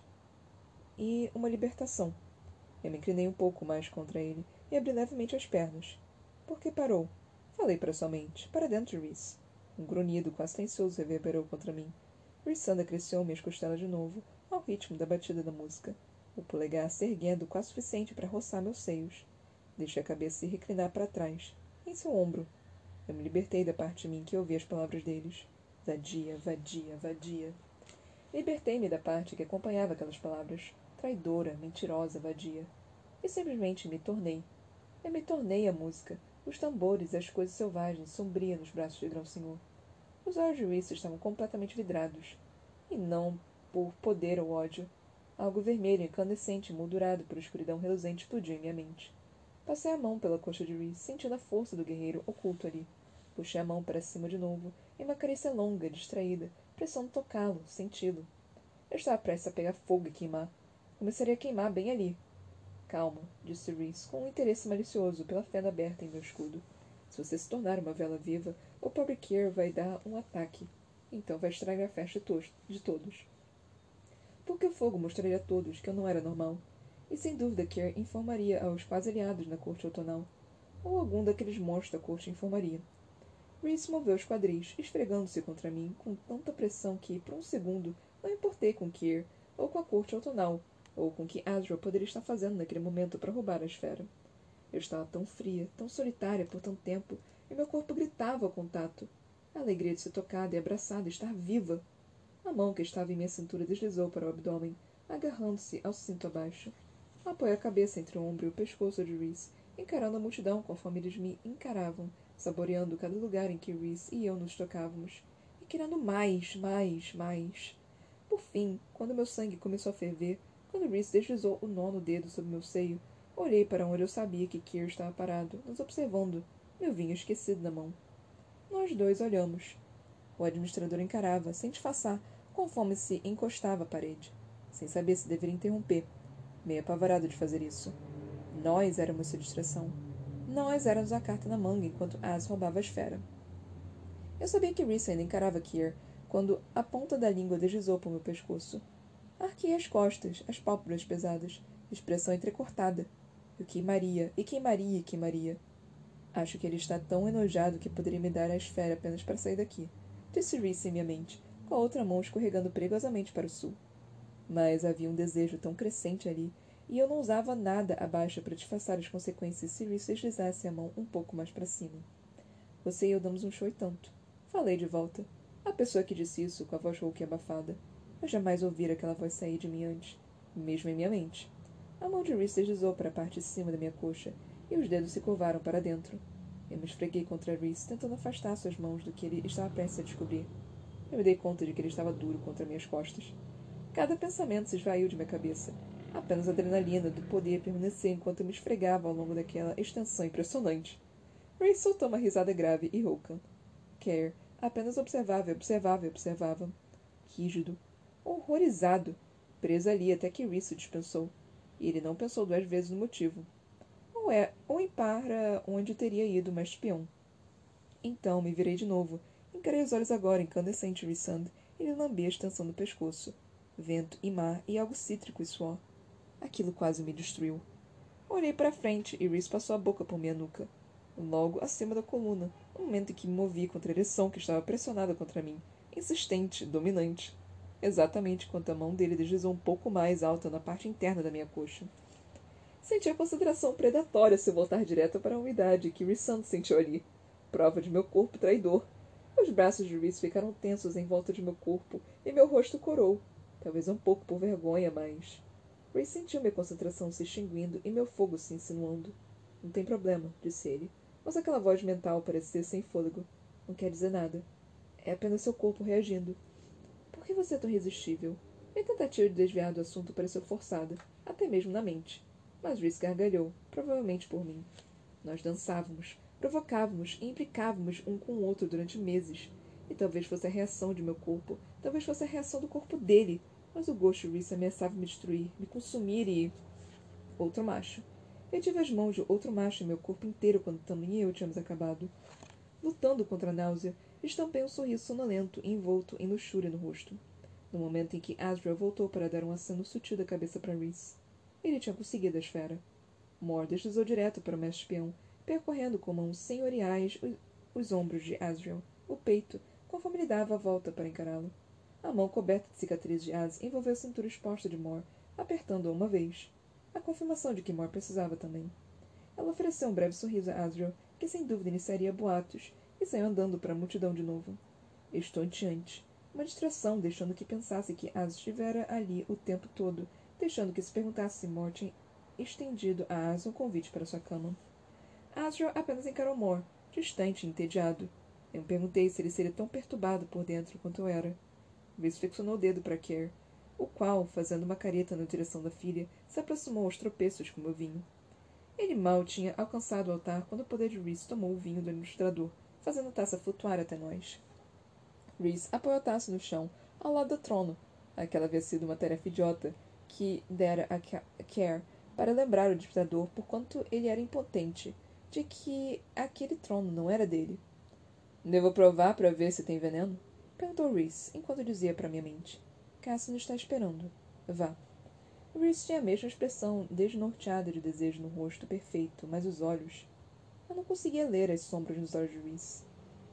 S1: E uma libertação. Eu me inclinei um pouco mais contra ele e abri levemente as pernas. Por que parou? Falei para sua mente, para dentro de Rhys. Um grunhido quase tensioso reverberou contra mim. Rhysanda acariciou minhas costelas de novo, ao ritmo da batida da música, o polegar se erguendo quase suficiente para roçar meus seios. Deixei a cabeça se reclinar para trás, em seu ombro. Eu me libertei da parte de mim que ouvia as palavras deles. Vadia, vadia, vadia. Libertei-me da parte que acompanhava aquelas palavras. Traidora, mentirosa, vadia. E simplesmente me tornei. Eu me tornei a música, os tambores e as coisas selvagens, sombrias nos braços de Grão-Senhor. Os olhos de Rhys estavam completamente vidrados. E não por poder ou ódio. Algo vermelho, incandescente, moldurado por escuridão reluzente explodiu em minha mente. Passei a mão pela coxa de Rhys, sentindo a força do guerreiro oculto ali. Puxei a mão para cima de novo, em uma carícia longa, distraída, pressando tocá-lo, senti-lo. Eu estava prestes a pegar fogo e queimar. Começaria a queimar bem ali. Calma, disse Reese, com um interesse malicioso pela fenda aberta em meu escudo. Se você se tornar uma vela viva, o pobre Kier vai dar um ataque. Então vai estragar a festa de todos. Porque o fogo mostraria a todos que eu não era normal. E sem dúvida Kier informaria aos quase aliados na corte outonal. Ou algum daqueles monstros da corte informaria. Reese moveu os quadris, esfregando-se contra mim com tanta pressão que, por um segundo, não importei com Kier, ou com a corte outonal, ou com o que Asriel poderia estar fazendo naquele momento para roubar a esfera. Eu estava tão fria, tão solitária por tanto tempo, e meu corpo gritava ao contato. A alegria de ser tocada e abraçada, estar viva. A mão que estava em minha cintura deslizou para o abdômen, agarrando-se ao cinto abaixo. Apoiei a cabeça entre o ombro e o pescoço de Reese, encarando a multidão conforme eles me encaravam, saboreando cada lugar em que Reese e eu nos tocávamos, e querendo mais, mais, mais. Por fim, quando meu sangue começou a ferver, quando Reese deslizou o 9º dedo sobre meu seio, olhei para onde eu sabia que Kier estava parado, nos observando, meu vinho esquecido na mão. Nós dois olhamos. O administrador encarava, sem disfarçar, conforme se encostava à parede, sem saber se deveria interromper, meio apavorado de fazer isso. Nós éramos sua distração. Nós éramos a carta na manga enquanto As roubava a esfera. Eu sabia que Reese ainda encarava Kier quando a ponta da língua deslizou por meu pescoço. Arquei as costas, as pálpebras pesadas, expressão entrecortada. Eu queimaria, e queimaria, e queimaria. Acho que ele está tão enojado que poderia me dar a esfera apenas para sair daqui, disse Reese em minha mente, com a outra mão escorregando perigosamente para o sul. Mas havia um desejo tão crescente ali, e eu não usava nada abaixo para disfarçar as consequências se Reese deslizasse a mão um pouco mais para cima. Você e eu damos um show e tanto. Falei de volta. A pessoa que disse isso, com a voz rouca e abafada. Eu jamais ouvira aquela voz sair de mim antes, mesmo em minha mente. A mão de Reese deslizou para a parte de cima da minha coxa, e os dedos se curvaram para dentro. Eu me esfreguei contra Reese, tentando afastar suas mãos do que ele estava prestes a descobrir. Eu me dei conta de que ele estava duro contra minhas costas. Cada pensamento se esvaiu de minha cabeça. Apenas a adrenalina do poder permanecer enquanto eu me esfregava ao longo daquela extensão impressionante. Reese soltou uma risada grave e rouca. Kier apenas observava e observava e observava. Rígido. Horrorizado. Preso ali até que Reese o dispensou. E ele não pensou 2 vezes no motivo. Ou em para onde teria ido o mestre espião. Então me virei de novo. Encarei os olhos agora incandescentes de Rissand e lhe lambi a extensão do pescoço. Vento e mar e algo cítrico e suor. Aquilo quase me destruiu. Olhei para a frente e Reese passou a boca por minha nuca. Logo acima da coluna, no momento em que me movi contra a ereção que estava pressionada contra mim, insistente, dominante. Exatamente quando a mão dele deslizou um pouco mais alta na parte interna da minha coxa. Senti a consideração predatória se voltar direto para a umidade que Rissand sentiu ali. Prova de meu corpo traidor. Os braços de Reese ficaram tensos em volta de meu corpo e meu rosto corou. Talvez um pouco por vergonha, mas... Reese sentiu minha concentração se extinguindo e meu fogo se insinuando. Não tem problema, disse ele, mas aquela voz mental parecia sem fôlego. Não quer dizer nada. É apenas seu corpo reagindo. Por que você é tão irresistível? Minha tentativa de desviar do assunto pareceu forçada, até mesmo na mente. Mas Reese gargalhou, provavelmente por mim. Nós dançávamos, provocávamos e implicávamos um com o outro durante meses. E talvez fosse a reação de meu corpo, talvez fosse a reação do corpo dele. Mas o gosto de Reese ameaçava me destruir, me consumir e... Outro macho. Eu tive as mãos de outro macho em meu corpo inteiro quando também eu tínhamos acabado. Lutando contra a náusea, estampei um sorriso sonolento e envolto em luxúria no rosto. No momento em que Asriel voltou para dar um aceno sutil da cabeça para Reese. Ele tinha conseguido a esfera. Mor deslizou direto para o mestre espião, percorrendo com mãos senhoriais os ombros de Asriel, o peito, conforme ele dava a volta para encará-lo. A mão coberta de cicatrizes de As envolveu a cintura exposta de Mor, apertando-a uma vez. A confirmação de que Mor precisava também. Ela ofereceu um breve sorriso a Asriel, que sem dúvida iniciaria boatos, e saiu andando para a multidão de novo. Estonteante. Uma distração, deixando que pensasse que As estivera ali o tempo todo, deixando que se perguntasse se Mor tinha estendido a As um convite para sua cama. Asriel apenas encarou Mor, distante e entediado. Eu me perguntei se ele seria tão perturbado por dentro quanto eu era. Reese flexionou o dedo para Kier, o qual, fazendo uma careta na direção da filha, se aproximou aos tropeços com meu vinho. Ele mal tinha alcançado o altar quando o poder de Reese tomou o vinho do administrador, fazendo a taça flutuar até nós. Reese apoiou a taça no chão, ao lado do trono. Aquela havia sido uma tarefa idiota, que dera a Kier, para lembrar o despertador por quanto ele era impotente, de que aquele trono não era dele. Devo provar para ver se tem veneno? Perguntou Rhys, enquanto dizia para minha mente. Cassian está esperando. Vá. Rhys tinha a mesma expressão desnorteada de desejo no rosto perfeito, mas os olhos... Eu não conseguia ler as sombras nos olhos de Rhys.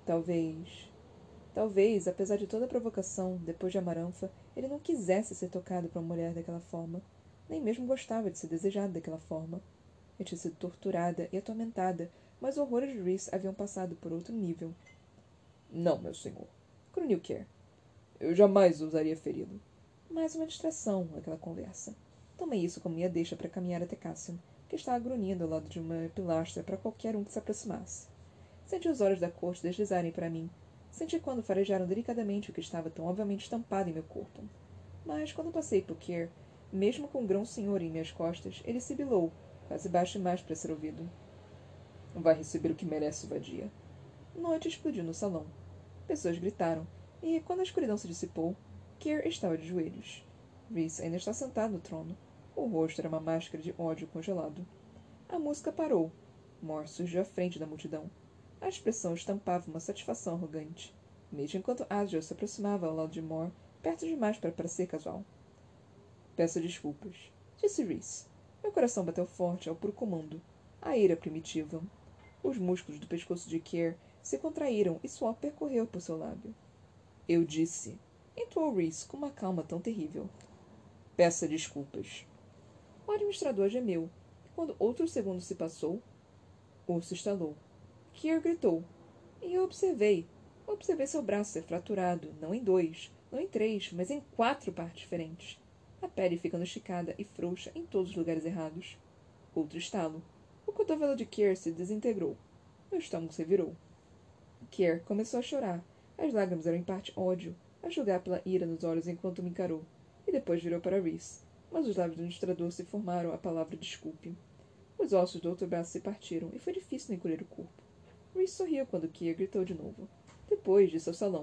S1: Talvez, apesar de toda a provocação, depois de Amaranfa, ele não quisesse ser tocado por uma mulher daquela forma. Nem mesmo gostava de ser desejado daquela forma. Eu tinha sido torturada e atormentada, mas os horrores de Rhys haviam passado por outro nível. Não, meu senhor, grunhiu Kerr. Eu jamais ousaria feri-lo. Mais uma distração, aquela conversa. Tomei isso como minha deixa para caminhar até Cassian, que estava grunhindo ao lado de uma pilastra para qualquer um que se aproximasse. Senti os olhos da corte deslizarem para mim. Senti quando farejaram delicadamente o que estava tão obviamente estampado em meu corpo. Mas, quando passei por Kerr, mesmo com o grão-senhor em minhas costas, ele sibilou, quase baixo demais para ser ouvido. Vai receber o que merece, vadia. Noite explodiu no salão. Pessoas gritaram, e, quando a escuridão se dissipou, Kerr estava de joelhos. Rhys ainda está sentado no trono. O rosto era uma máscara de ódio congelado. A música parou. Mor surgiu à frente da multidão. A expressão estampava uma satisfação arrogante, mesmo enquanto Asriel se aproximava ao lado de Mor, perto demais para parecer casual. Peço desculpas, disse Rhys. Meu coração bateu forte ao puro comando. A ira primitiva. Os músculos do pescoço de Kerr se contraíram e suor percorreu por seu lábio. Eu disse, entoou Rhys com uma calma tão terrível. Peça desculpas. O administrador gemeu, e quando outro segundo se passou, o osso estalou. Kerr gritou, e eu observei seu braço ser fraturado, não em 2, não em 3, mas em 4 partes diferentes. A pele ficando esticada e frouxa em todos os lugares errados. Outro estalo. O cotovelo de Kerr se desintegrou. Meu estômago se virou. Kerr começou a chorar. As lágrimas eram em parte ódio, a julgar pela ira nos olhos enquanto me encarou, e depois virou para Rhys, mas os lábios do administrador se formaram a palavra desculpe. Os ossos do outro braço se partiram, e foi difícil encolher o corpo. Rhys sorriu quando Kerr gritou de novo. Depois disse ao salão.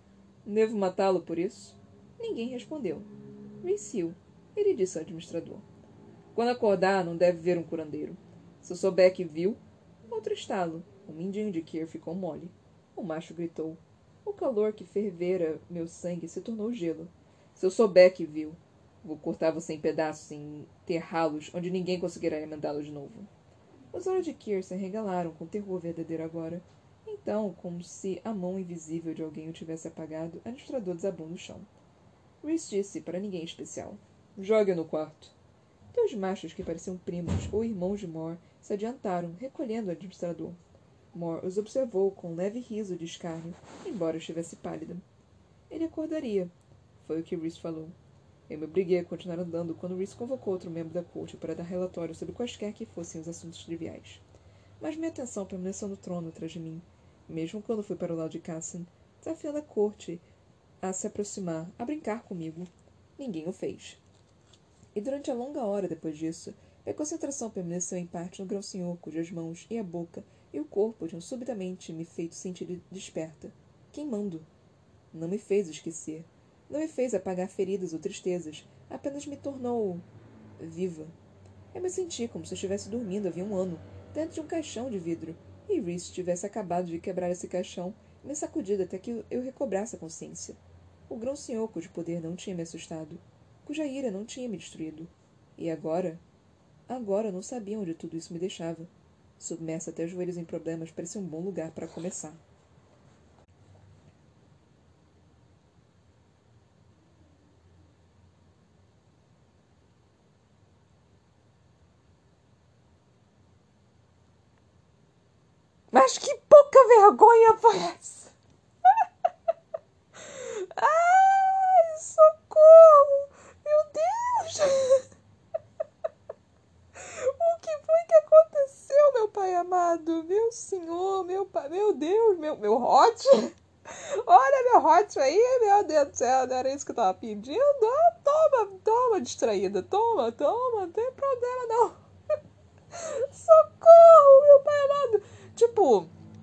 S1: Devo matá-lo por isso? Ninguém respondeu. Rhys riu. Ele disse ao administrador. Quando acordar, não deve ver um curandeiro. Se eu souber que viu... Outro estalo. O mindinho de Kerr ficou mole. O macho gritou. O calor que fervera meu sangue se tornou gelo. Se eu souber que viu, vou cortar você em pedaços e enterrá-los onde ninguém conseguirá emendá-los de novo. Os olhos de Kerr se arregalaram com terror verdadeiro agora. Então, como se a mão invisível de alguém o tivesse apagado, o administrador desabou no chão. Rhys disse para ninguém especial. Jogue-o no quarto. 2 machos que pareciam primos ou irmãos de Mor se adiantaram, recolhendo o administrador. Mor os observou com um leve riso de escárnio, embora estivesse pálida. Ele acordaria, foi o que Rhys falou. Eu me obriguei a continuar andando quando Rhys convocou outro membro da corte para dar relatório sobre quaisquer que fossem os assuntos triviais. Mas minha atenção permaneceu no trono atrás de mim, mesmo quando fui para o lado de Cassian, desafiando a corte a se aproximar, a brincar comigo. Ninguém o fez. E durante a longa hora depois disso, minha concentração permaneceu em parte no grão-senhor, cujas mãos e a boca e o corpo tinham subitamente me feito sentir desperta, queimando. Não me fez esquecer. Não me fez apagar feridas ou tristezas. Apenas me tornou... viva. Eu me senti como se eu estivesse dormindo havia 1 ano, dentro de um caixão de vidro, e Rhys tivesse acabado de quebrar esse caixão e me sacudido até que eu recobrasse a consciência. O grão-senhor cujo poder não tinha me assustado, cuja ira não tinha me destruído. E agora? Agora eu não sabia onde tudo isso me deixava. Submersa até os joelhos em problemas parecia um bom lugar para começar. Mas que pouca vergonha foi essa? Ai, socorro! Meu Deus! O que foi que aconteceu, meu pai amado? Meu senhor, meu pai, meu Deus, meu hot? Olha meu hot aí, meu Deus do céu, não era isso que eu tava pedindo? Ah, toma, distraída, toma, não tem problema não. Socorro, meu pai amado. Tipo,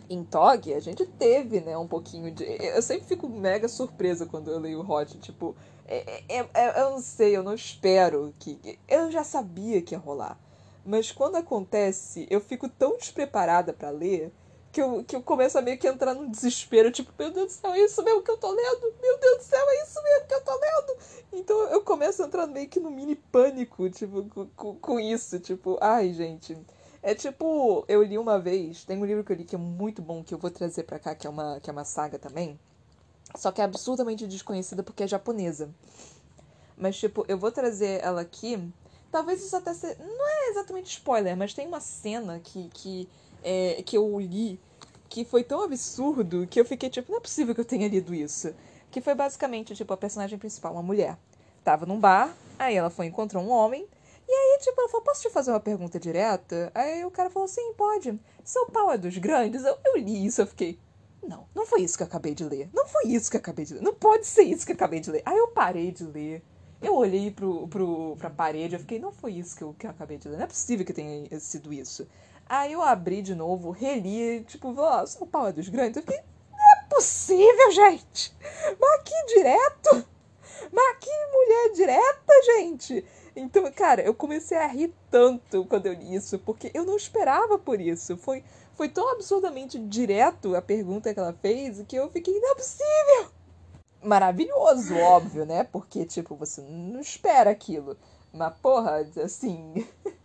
S1: Em Tog, a gente teve, né, um pouquinho de... Eu sempre fico mega surpresa quando eu leio o Hot, tipo... eu não sei, eu não espero que... Eu já sabia que ia rolar. Mas quando acontece, eu fico tão despreparada pra ler que eu começo a meio que entrar num desespero, tipo, meu Deus do céu, é isso mesmo que eu tô lendo? Meu Deus do céu, é isso mesmo que eu tô lendo? Então eu começo a entrar meio que no mini pânico, tipo, com isso, tipo, ai, gente... É tipo, eu li uma vez, tem um livro que eu li que é muito bom, que eu vou trazer pra cá, que é uma saga também, só que é absurdamente desconhecida porque é japonesa. Mas, tipo, eu vou trazer ela aqui, talvez isso até seja... Não é exatamente spoiler, mas tem uma cena que eu li que foi tão absurdo que eu fiquei tipo, não é possível que eu tenha lido isso. Que foi basicamente, tipo, a personagem principal, uma mulher. Tava num bar, aí ela foi encontrar um homem, e aí, tipo, ela falou, posso te fazer uma pergunta direta? Aí o cara falou, sim, pode. Seu pau é dos grandes? Eu li isso, eu fiquei, não, não foi isso que eu acabei de ler. Não foi isso que eu acabei de ler. Não pode ser isso que eu acabei de ler. Aí eu parei de ler. Eu olhei pra parede, eu fiquei, não foi isso que eu acabei de ler. Não é possível que tenha sido isso. Aí eu abri de novo, reli, tipo, ó, São Paulo é dos grandes. Eu fiquei, não é possível, gente! Mas que direto! Mas que mulher direta, gente! Então, cara, eu comecei a rir tanto quando eu li isso, porque eu não esperava por isso. Foi tão absurdamente direto a pergunta que ela fez que eu fiquei, não é possível! Maravilhoso, óbvio, né? Porque, tipo, você não espera aquilo. Mas, porra, assim.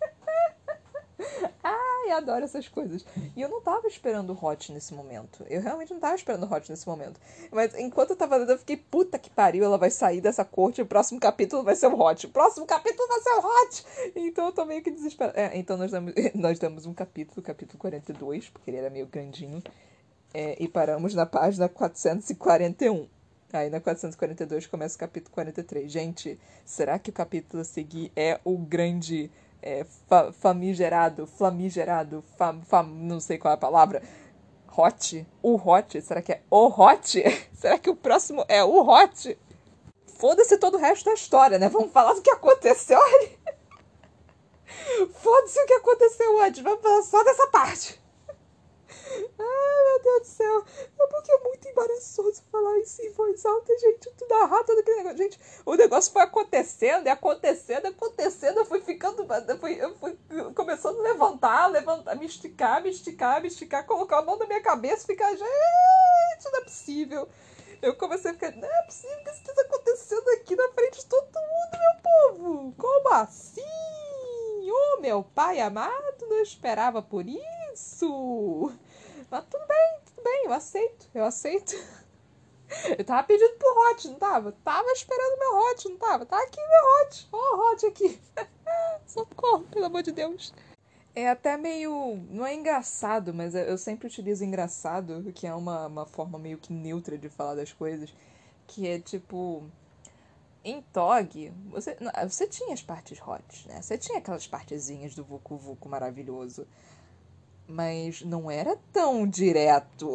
S1: Ai, adoro essas coisas. E eu não tava esperando o Hot nesse momento. Eu realmente não tava esperando o Hot nesse momento. Mas enquanto eu tava lendo, eu fiquei, puta que pariu, ela vai sair dessa corte e o próximo capítulo vai ser o Hot. O próximo capítulo vai ser o Hot! Então eu tô meio que desesperada. Então nós damos um capítulo, capítulo 42, porque ele era meio grandinho. E paramos na página 441. Aí na 442 começa o capítulo 43. Gente, será que o capítulo a seguir é o grande famigerado, não sei qual é a palavra, Hot? O Hot? Será que é o Hot? Será que o próximo é o Hot? Foda-se todo o resto da história, né? Vamos falar do que aconteceu ali. Foda-se o que aconteceu antes. Vamos falar só dessa parte. Ai, meu Deus do céu. É porque é muito embaraçoso falar isso em voz alta, gente. Tu narrar todo aquele negócio. Gente, o negócio foi acontecendo, e acontecendo, acontecendo. Eu fui ficando. Eu fui começando a levantar, me esticar, colocar a mão na minha cabeça e ficar, gente, não é possível. Eu comecei a ficar, não é possível que isso esteja acontecendo aqui na frente de todo mundo, meu povo. Como assim? Oh, meu pai amado, não esperava por isso. Mas tudo bem, eu aceito. Eu tava pedindo pro Hot, não tava? Tava esperando meu Hot, não tava? Tá aqui meu Hot. Ó o Hot aqui. Socorro, pelo amor de Deus. É até meio... Não é engraçado, mas eu sempre utilizo engraçado, que é uma forma meio que neutra de falar das coisas. Que é tipo... Em Tog, você tinha as partes hot, né? Você tinha aquelas partezinhas do Vucu Vucu maravilhoso. Mas não era tão direto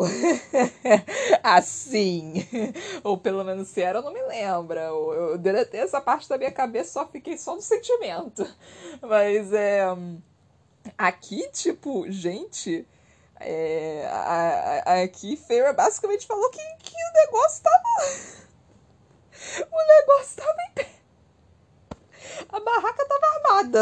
S1: assim. Ou pelo menos se era, eu não me lembro. Eu deletei essa parte da minha cabeça, só fiquei só no sentimento. Mas aqui, tipo, gente. Aqui Feira basicamente falou que o negócio tava. O negócio tava em pé. A barraca tava armada.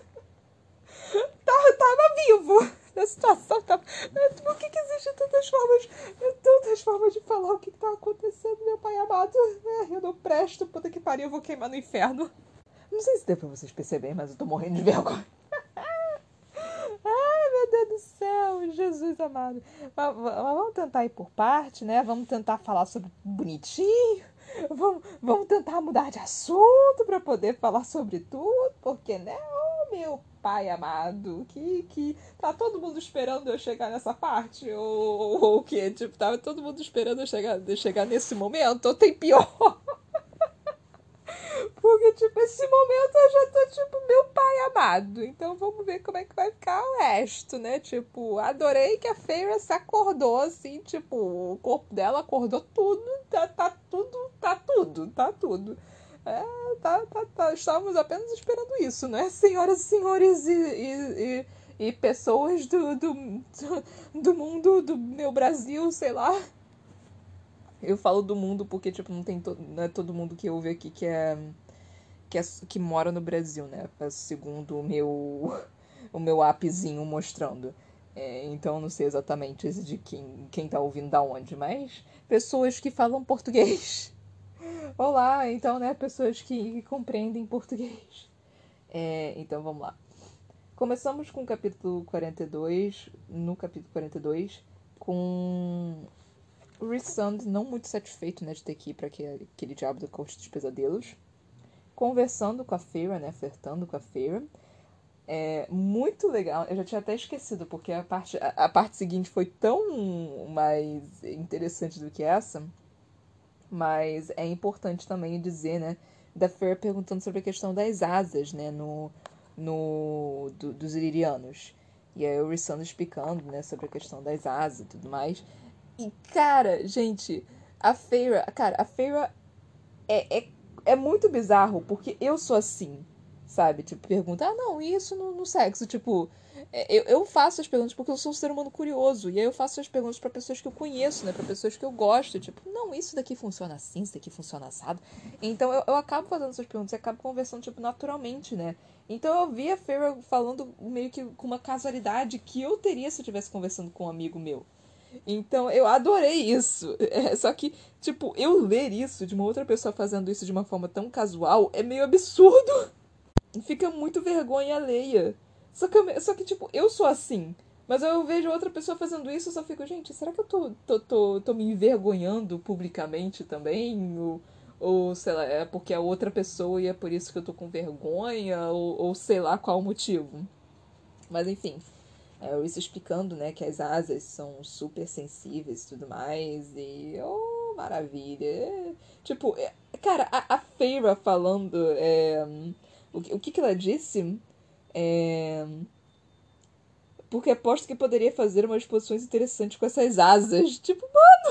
S1: Tava vivo. A situação tava. Por que existe tantas formas de falar o que tá acontecendo, meu pai amado? Eu não presto, puta que pariu, eu vou queimar no inferno. Não sei se deu pra vocês perceberem, mas eu tô morrendo de vergonha. Ai, meu Deus do céu, Jesus amado. Mas vamos tentar ir por parte, né? Vamos tentar falar sobre bonitinho. Vamos tentar mudar de assunto para poder falar sobre tudo, porque, né? Oh, meu pai amado, que tá todo mundo esperando eu chegar nessa parte? Ou o quê? Tipo, tava todo mundo esperando eu chegar nesse momento? Ou tem pior? Porque, tipo, esse momento eu já tô, tipo, meu pai amado. Então vamos ver como é que vai ficar o resto, né? Tipo, adorei que a Feyre se acordou, assim, tipo, o corpo dela acordou tudo. Tá tudo, tá tudo, tá tudo. Tá. Estávamos apenas esperando isso, né? Senhoras e senhores e pessoas do mundo, do meu Brasil, sei lá. Eu falo do mundo porque, tipo, não é todo mundo que ouve aqui que mora no Brasil, né? Segundo o meu appzinho mostrando. Então, não sei exatamente de quem tá ouvindo da onde, mas pessoas que falam português. Olá, então, né? Pessoas que compreendem português. Então, vamos lá. Começamos com o capítulo 42, no capítulo 42, com o Rhysand não muito satisfeito, né, de ter que ir para aquele diabo da corte dos pesadelos, conversando com a Feyre, né, flertando com a Feyre. Muito legal, eu já tinha até esquecido, porque a parte seguinte foi tão mais interessante do que essa, mas é importante também dizer, né, da Feyre perguntando sobre a questão das asas, né, dos Illyrianos. E aí o Rhysand explicando, né, sobre a questão das asas e tudo mais. E, cara, gente, a Feyre é muito bizarro, porque eu sou assim, sabe? Tipo, pergunta, não, e isso no sexo? Tipo, eu faço as perguntas porque eu sou um ser humano curioso. E aí eu faço as perguntas pra pessoas que eu conheço, né? Pra pessoas que eu gosto. Tipo, não, isso daqui funciona assim, isso daqui funciona assado. Então eu acabo fazendo essas perguntas e acabo conversando, tipo, naturalmente, né? Então eu vi a Feyre falando meio que com uma casualidade que eu teria se eu estivesse conversando com um amigo meu. Então eu adorei isso. Só que, tipo, eu ler isso de uma outra pessoa fazendo isso de uma forma tão casual é meio absurdo. Fica muito vergonha alheia. Só que tipo, eu sou assim. Mas eu vejo outra pessoa fazendo isso e só fico, gente, será que eu tô me envergonhando publicamente também? Ou, sei lá, é porque é outra pessoa e é por isso que eu tô com vergonha? Ou sei lá qual o motivo. Mas enfim, o Reese explicando, né, que as asas são super sensíveis e tudo mais. E, oh, maravilha. Tipo, cara, a Feyre falando. O que ela disse? É, porque aposto que poderia fazer umas posições interessantes com essas asas. Tipo,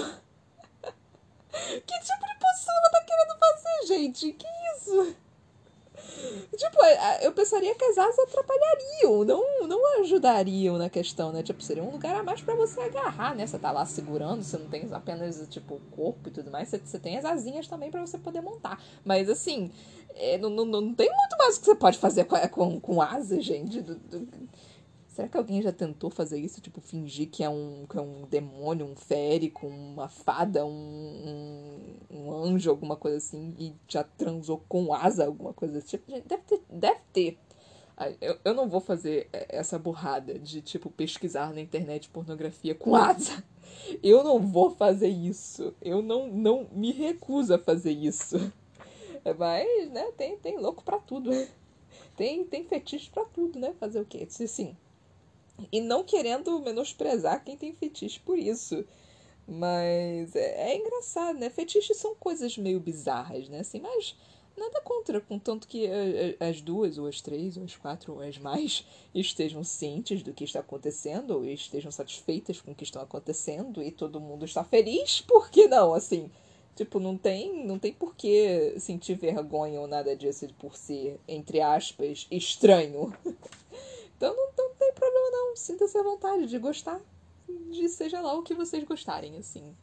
S1: que tipo de posição ela tá querendo fazer, gente? Que isso? Tipo, eu pensaria que as asas atrapalhariam, não ajudariam na questão, né? Tipo, seria um lugar a mais pra você agarrar, né? Você tá lá segurando, você não tem apenas, tipo, o corpo e tudo mais, você tem as asinhas também pra você poder montar. Mas, assim, não tem muito mais que você pode fazer com asa, gente. Será que alguém já tentou fazer isso? Tipo, fingir que é um demônio, um férico, uma fada, um anjo, alguma coisa assim, e já transou com asa, alguma coisa desse tipo? Gente, deve ter. Deve ter. Eu não vou fazer essa burrada de, tipo, pesquisar na internet pornografia com asa. Eu não vou fazer isso. Eu não me recuso a fazer isso. Mas, né, tem louco pra tudo. Tem fetiche pra tudo, né? Fazer o quê? Sim. E não querendo menosprezar quem tem fetiche por isso. Mas é engraçado, né? Fetiches são coisas meio bizarras, né? Assim, mas nada contra, contanto que as duas, ou as três, ou as quatro, ou as mais estejam cientes do que está acontecendo, ou estejam satisfeitas com o que está acontecendo, e todo mundo está feliz, por que não? Assim, tipo, não tem por que sentir vergonha ou nada disso por ser, entre aspas, estranho. Então não tem problema não. Sinta-se à vontade de gostar de seja lá o que vocês gostarem, assim.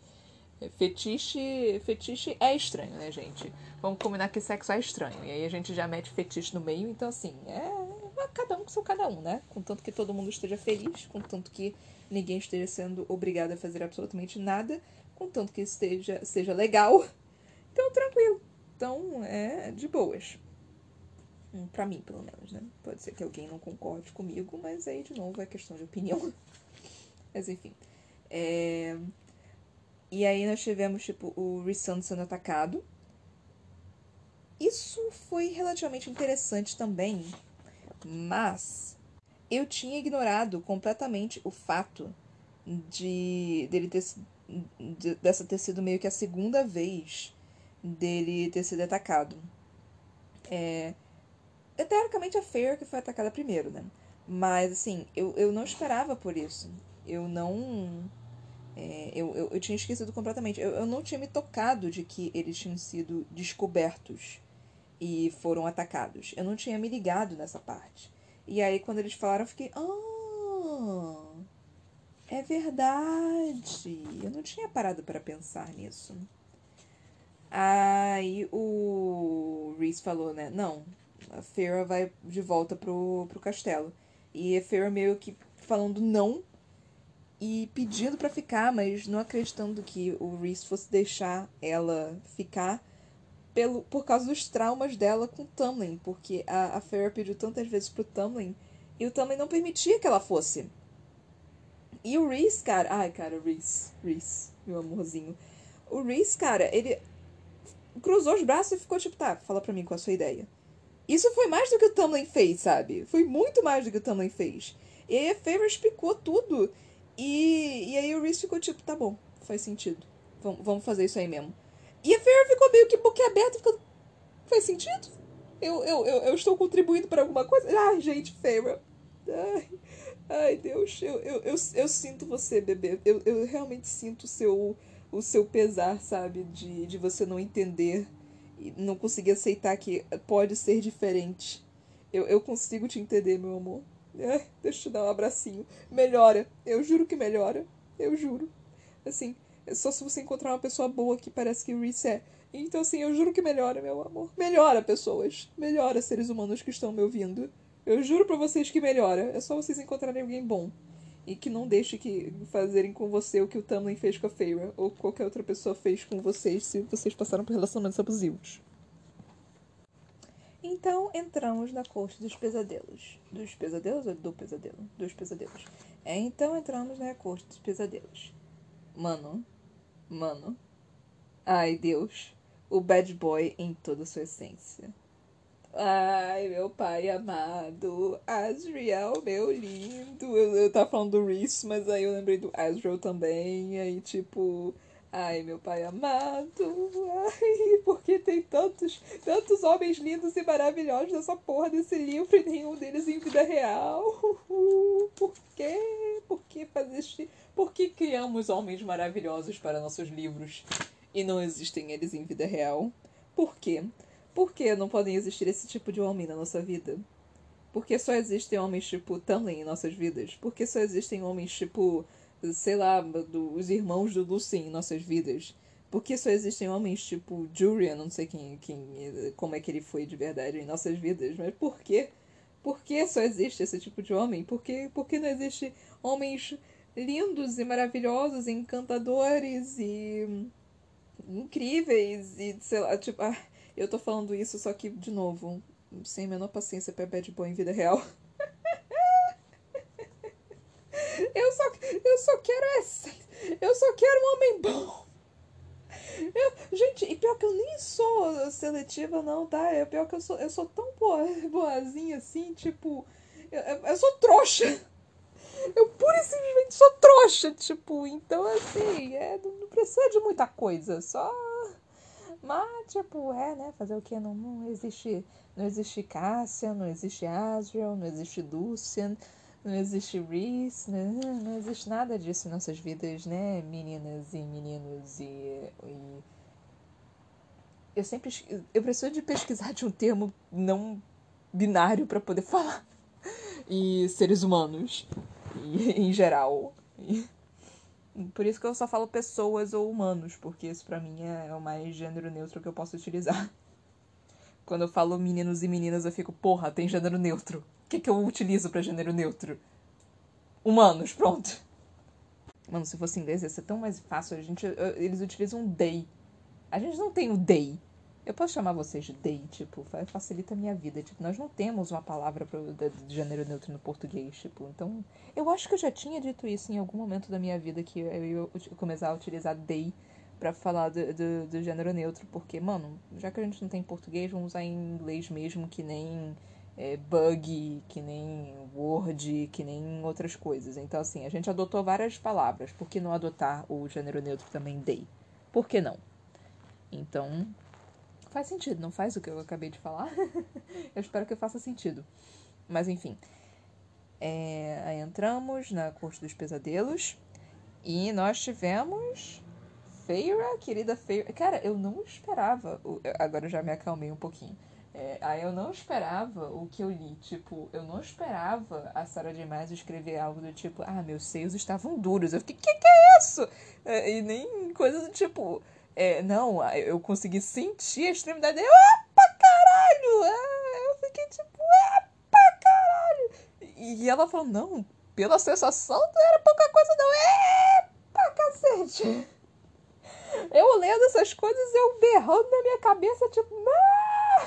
S1: Fetiche é estranho, né, gente? Vamos combinar que sexo é estranho. E aí a gente já mete fetiche no meio, então assim, cada um com seu cada um, né? Contanto que todo mundo esteja feliz, contanto que ninguém esteja sendo obrigado a fazer absolutamente nada, contanto que seja legal. Então, tranquilo. Então, é de boas. Pra mim, pelo menos, né? Pode ser que alguém não concorde comigo, mas aí, de novo, é questão de opinião. Mas, enfim. E aí nós tivemos, tipo, o Rhysand sendo atacado. Isso foi relativamente interessante também, mas eu tinha ignorado completamente o fato dele dessa ter sido meio que a segunda vez dele ter sido atacado. Teoricamente a Fair que foi atacada primeiro, né? Mas, assim, eu não esperava por isso. Eu não. Eu tinha esquecido completamente. Eu não tinha me tocado de que eles tinham sido descobertos e foram atacados. Eu não tinha me ligado nessa parte. E aí, quando eles falaram, eu fiquei. Ah! É verdade. Eu não tinha parado para pensar nisso. Aí o Reese falou, né? Não, a Feyre vai de volta pro castelo. E a Feyre meio que falando não e pedindo pra ficar, mas não acreditando que o Reese fosse deixar ela ficar por causa dos traumas dela com o Tamlin. Porque a Feyre pediu tantas vezes pro Tamlin e o Tamlin não permitia que ela fosse. E o Reese, cara... Ai, cara, Reese, meu amorzinho. O Reese, cara, ele cruzou os braços e ficou tipo, tá, fala pra mim qual é a sua ideia. Isso foi mais do que o Tamlin fez, sabe? Foi muito mais do que o Tamlin fez. E aí a Feyre explicou tudo. E aí o Reese ficou tipo, tá bom, faz sentido. Vamos fazer isso aí mesmo. E a Feyre ficou meio que boquiaberta, ficando, faz sentido? Eu estou contribuindo para alguma coisa? Ai, gente, Feyre. Ai, ai, Deus, eu sinto você, bebê. Eu realmente sinto o seu pesar, sabe? De você não entender e não conseguir aceitar que pode ser diferente. Eu consigo te entender, meu amor. Ai, deixa eu te dar um abracinho. Melhora. Eu juro que melhora. Eu juro. Assim, é só se você encontrar uma pessoa boa que parece que o Reese é. Então, assim, eu juro que melhora, meu amor. Melhora, pessoas. Melhora, seres humanos que estão me ouvindo. Eu juro pra vocês que melhora. É só vocês encontrarem alguém bom. E que não deixe que fazerem com você o que o Tamlin fez com a Feyre. Ou qualquer outra pessoa fez com vocês se vocês passaram por relacionamentos abusivos. Então entramos na corte dos pesadelos. Dos pesadelos ou do pesadelo? Dos pesadelos. Então entramos na corte dos pesadelos. Mano. Ai, Deus. O bad boy em toda a sua essência. Ai, meu pai amado. Asriel, meu lindo. Eu tava falando do Reese, mas aí eu lembrei do Asriel também. E aí, tipo... Ai, meu pai amado. Ai, porque tem tantos homens lindos e maravilhosos nessa porra desse livro e nenhum deles em vida real. Por quê? Por que fazer este... Por que criamos homens maravilhosos para nossos livros e não existem eles em vida real? Por quê? Por que não podem existir esse tipo de homem na nossa vida? Por que só existem homens tipo Tamlin em nossas vidas? Por que só existem homens tipo, sei lá, os irmãos do Lucien em nossas vidas? Por que só existem homens tipo Julian, não sei como é que ele foi de verdade em nossas vidas, mas por quê? Por que só existe esse tipo de homem? Por que não existe homens lindos e maravilhosos, e encantadores e incríveis e, sei lá, tipo, eu tô falando isso só que, de novo, sem a menor paciência pra bad boy em vida real. Eu só, eu só quero essa. Eu só quero um homem bom. Gente, e pior que eu nem sou seletiva, não, tá? É pior que eu sou tão boazinha assim, tipo. Eu sou trouxa. Eu pura e simplesmente sou trouxa, tipo. Então, assim, não precisa de muita coisa. Só. Mas, tipo, né? Fazer o quê? Não existe. Não existe Cassian, não existe Asriel, não existe Lucian, não existe Reese, né? Não existe nada disso em nossas vidas, né? Meninas e meninos e... Eu sempre... Eu preciso de pesquisar de um termo não binário pra poder falar. E seres humanos. Em geral. Por isso que eu só falo pessoas ou humanos, porque isso pra mim é o mais gênero neutro que eu posso utilizar. Quando eu falo meninos e meninas, eu fico, porra, tem gênero neutro. O que eu utilizo pra gênero neutro? Humanos, pronto. Mano, se fosse inglês ia ser tão mais fácil. Eles utilizam they. A gente não tem o they. Eu posso chamar vocês de they, tipo, facilita a minha vida. Tipo, nós não temos uma palavra de gênero neutro no português, tipo. Então, eu acho que eu já tinha dito isso em algum momento da minha vida, que eu ia começar a utilizar they pra falar do gênero neutro. Porque, mano, já que a gente não tem em português, vamos usar em inglês mesmo, que nem bug, que nem word, que nem outras coisas. Então, assim, a gente adotou várias palavras. Por que não adotar o gênero neutro também they? Por que não? Então, faz sentido, não faz o que eu acabei de falar? Eu espero que faça sentido. Mas enfim. Aí entramos na Corte dos Pesadelos. E nós tivemos Feyre, querida Feyre. Cara, eu não esperava. Agora eu já me acalmei um pouquinho. Aí eu não esperava o que eu li. Tipo, eu não esperava a Sarah J. Maas escrever algo do tipo, meus seios estavam duros. Eu fiquei, que é isso? E nem coisa do tipo, não, eu consegui sentir a extremidade dele. Pra caralho! Eu fiquei tipo, pra caralho! E ela falou, não, pela sensação não era pouca coisa não. Pra cacete! Eu lendo essas coisas, eu berrando na minha cabeça, tipo, não!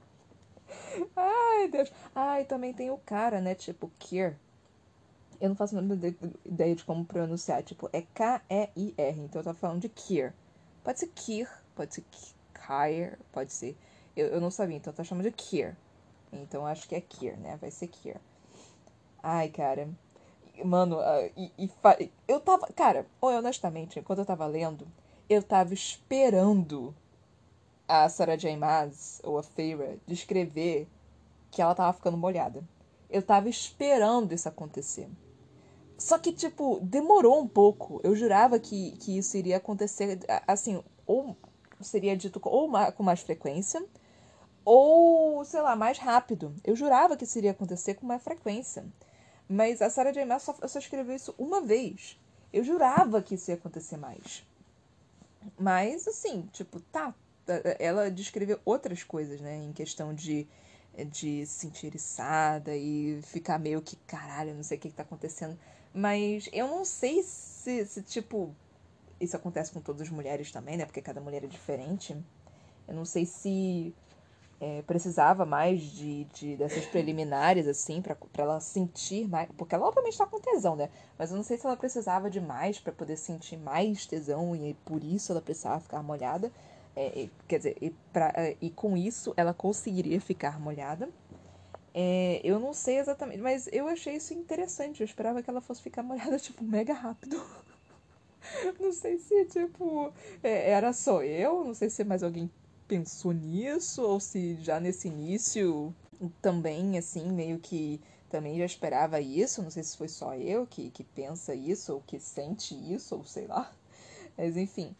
S1: Ai, Deus. E também tem o cara, né? Tipo, Kier. Eu não faço a menor ideia de como pronunciar. Tipo, é Keir. Então eu tava falando de Kier. Pode ser Kier, pode ser Kier, pode ser. Eu não sabia, então eu tava chamando de Kier. Então acho que é Kier, né? Vai ser Kier. Ai, cara. Mano, eu tava. Cara, honestamente, enquanto eu tava lendo, eu tava esperando a Sarah J. Maas, ou a Feyre, descrever que ela tava ficando molhada. Eu tava esperando isso acontecer. Só que, tipo, demorou um pouco. Eu jurava que isso iria acontecer, assim, ou seria dito com mais frequência, ou, sei lá, mais rápido. Eu jurava que isso iria acontecer com mais frequência. Mas a Sarah J. Maas só escreveu isso uma vez. Eu jurava que isso ia acontecer mais. Mas, assim, tipo, tá. Ela descreveu outras coisas, né? Em questão de se sentir eriçada e ficar meio que, caralho, não sei o que tá acontecendo. Mas eu não sei se, tipo, isso acontece com todas as mulheres também, né? Porque cada mulher é diferente. Eu não sei se precisava mais dessas preliminares, assim, pra ela sentir mais. Porque ela obviamente tá com tesão, né? Mas eu não sei se ela precisava de mais pra poder sentir mais tesão e por isso ela precisava ficar molhada. Quer dizer, e com isso ela conseguiria ficar molhada. Eu não sei exatamente, mas eu achei isso interessante. Eu esperava que ela fosse ficar molhada, tipo, mega rápido. Não sei se, tipo, era só eu, não sei se mais alguém pensou nisso, ou se já nesse início também, assim, meio que também já esperava isso. Não sei se foi só eu que pensa isso, ou que sente isso, ou sei lá. Mas enfim.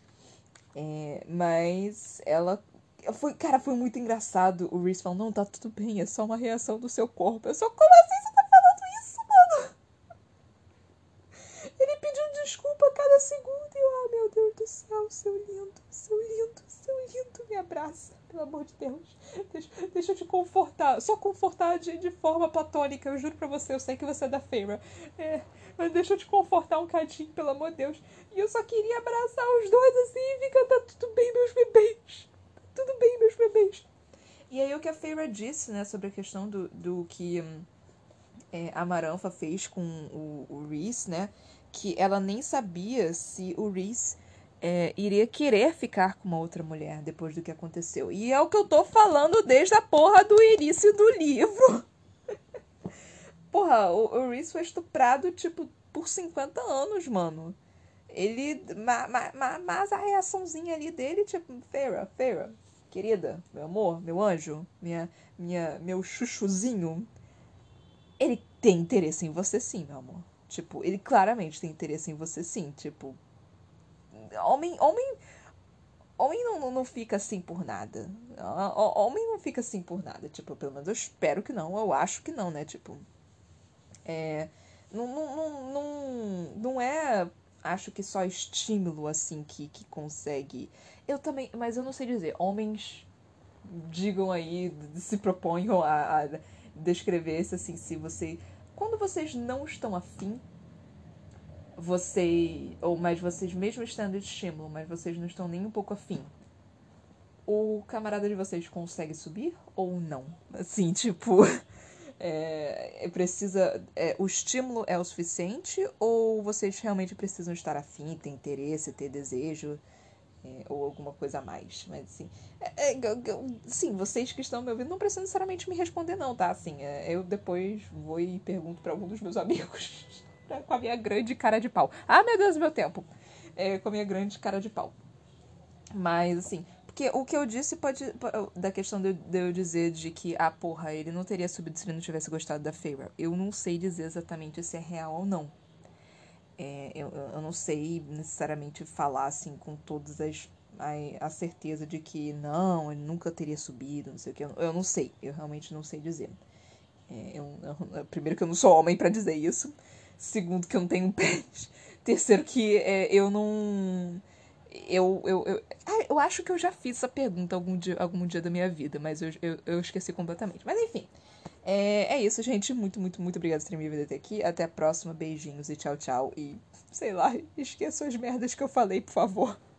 S1: Mas ela. Cara, foi muito engraçado. O Reese falou: não, tá tudo bem, é só uma reação do seu corpo. Eu só, como assim você tá falando isso, mano? Ele pediu desculpa a cada segundo. E eu, meu Deus do céu, seu lindo, seu lindo, seu lindo. Me abraça, pelo amor de Deus. Deixa eu te confortar. Só confortar de forma platônica. Eu juro pra você, eu sei que você é da Feyre. Mas deixa eu te confortar um cadinho, pelo amor de Deus. E eu só queria abraçar os dois assim e ficar, tá tudo bem, meus bebês. Tá tudo bem, meus bebês. E aí o que a Feyre disse, né, sobre a questão do que a Maranfa fez com o Reese, né? Que ela nem sabia se o Reese iria querer ficar com uma outra mulher depois do que aconteceu. E é o que eu tô falando desde a porra do início do livro. Porra, o Reese foi estuprado, tipo, por 50 anos, mano. Ele. Mas a reaçãozinha ali dele, tipo, Feyre, querida, meu amor, meu anjo, meu chuchuzinho, ele tem interesse em você sim, meu amor. Tipo, ele claramente tem interesse em você sim. Tipo, homem não fica assim por nada. Homem não fica assim por nada. Tipo, pelo menos eu espero que não. Eu acho que não, né? Tipo, não é. Acho que só estímulo assim que consegue. Eu também. Mas eu não sei dizer. Homens digam aí, se proponham a descrever isso assim, se você. Quando vocês não estão afim, mas vocês mesmo estando de estímulo, mas vocês não estão nem um pouco afim, o camarada de vocês consegue subir ou não? Assim, tipo, o estímulo é o suficiente ou vocês realmente precisam estar afim, ter interesse, ter desejo? Ou alguma coisa a mais. Mas assim, sim, vocês que estão me ouvindo não precisam necessariamente me responder, não, tá? Assim, eu depois vou e pergunto pra algum dos meus amigos com a minha grande cara de pau. Ah, meu Deus, meu tempo! Com a minha grande cara de pau. Mas assim, porque o que eu disse da questão de eu dizer de que, porra, ele não teria subido se ele não tivesse gostado da Feyre. Eu não sei dizer exatamente se é real ou não. Eu não sei necessariamente falar assim com todas as a certeza de que não, ele nunca teria subido, não sei o que. Eu não sei, eu realmente não sei dizer. Primeiro que eu não sou homem pra dizer isso. Segundo que eu não tenho pés. Terceiro que eu não... eu acho que eu já fiz essa pergunta algum dia da minha vida, mas eu esqueci completamente. Mas enfim, é isso, gente. Muito, muito, muito obrigada por terem me vindo até aqui. Até a próxima. Beijinhos e tchau, tchau. E, sei lá, esqueçam as merdas que eu falei, por favor.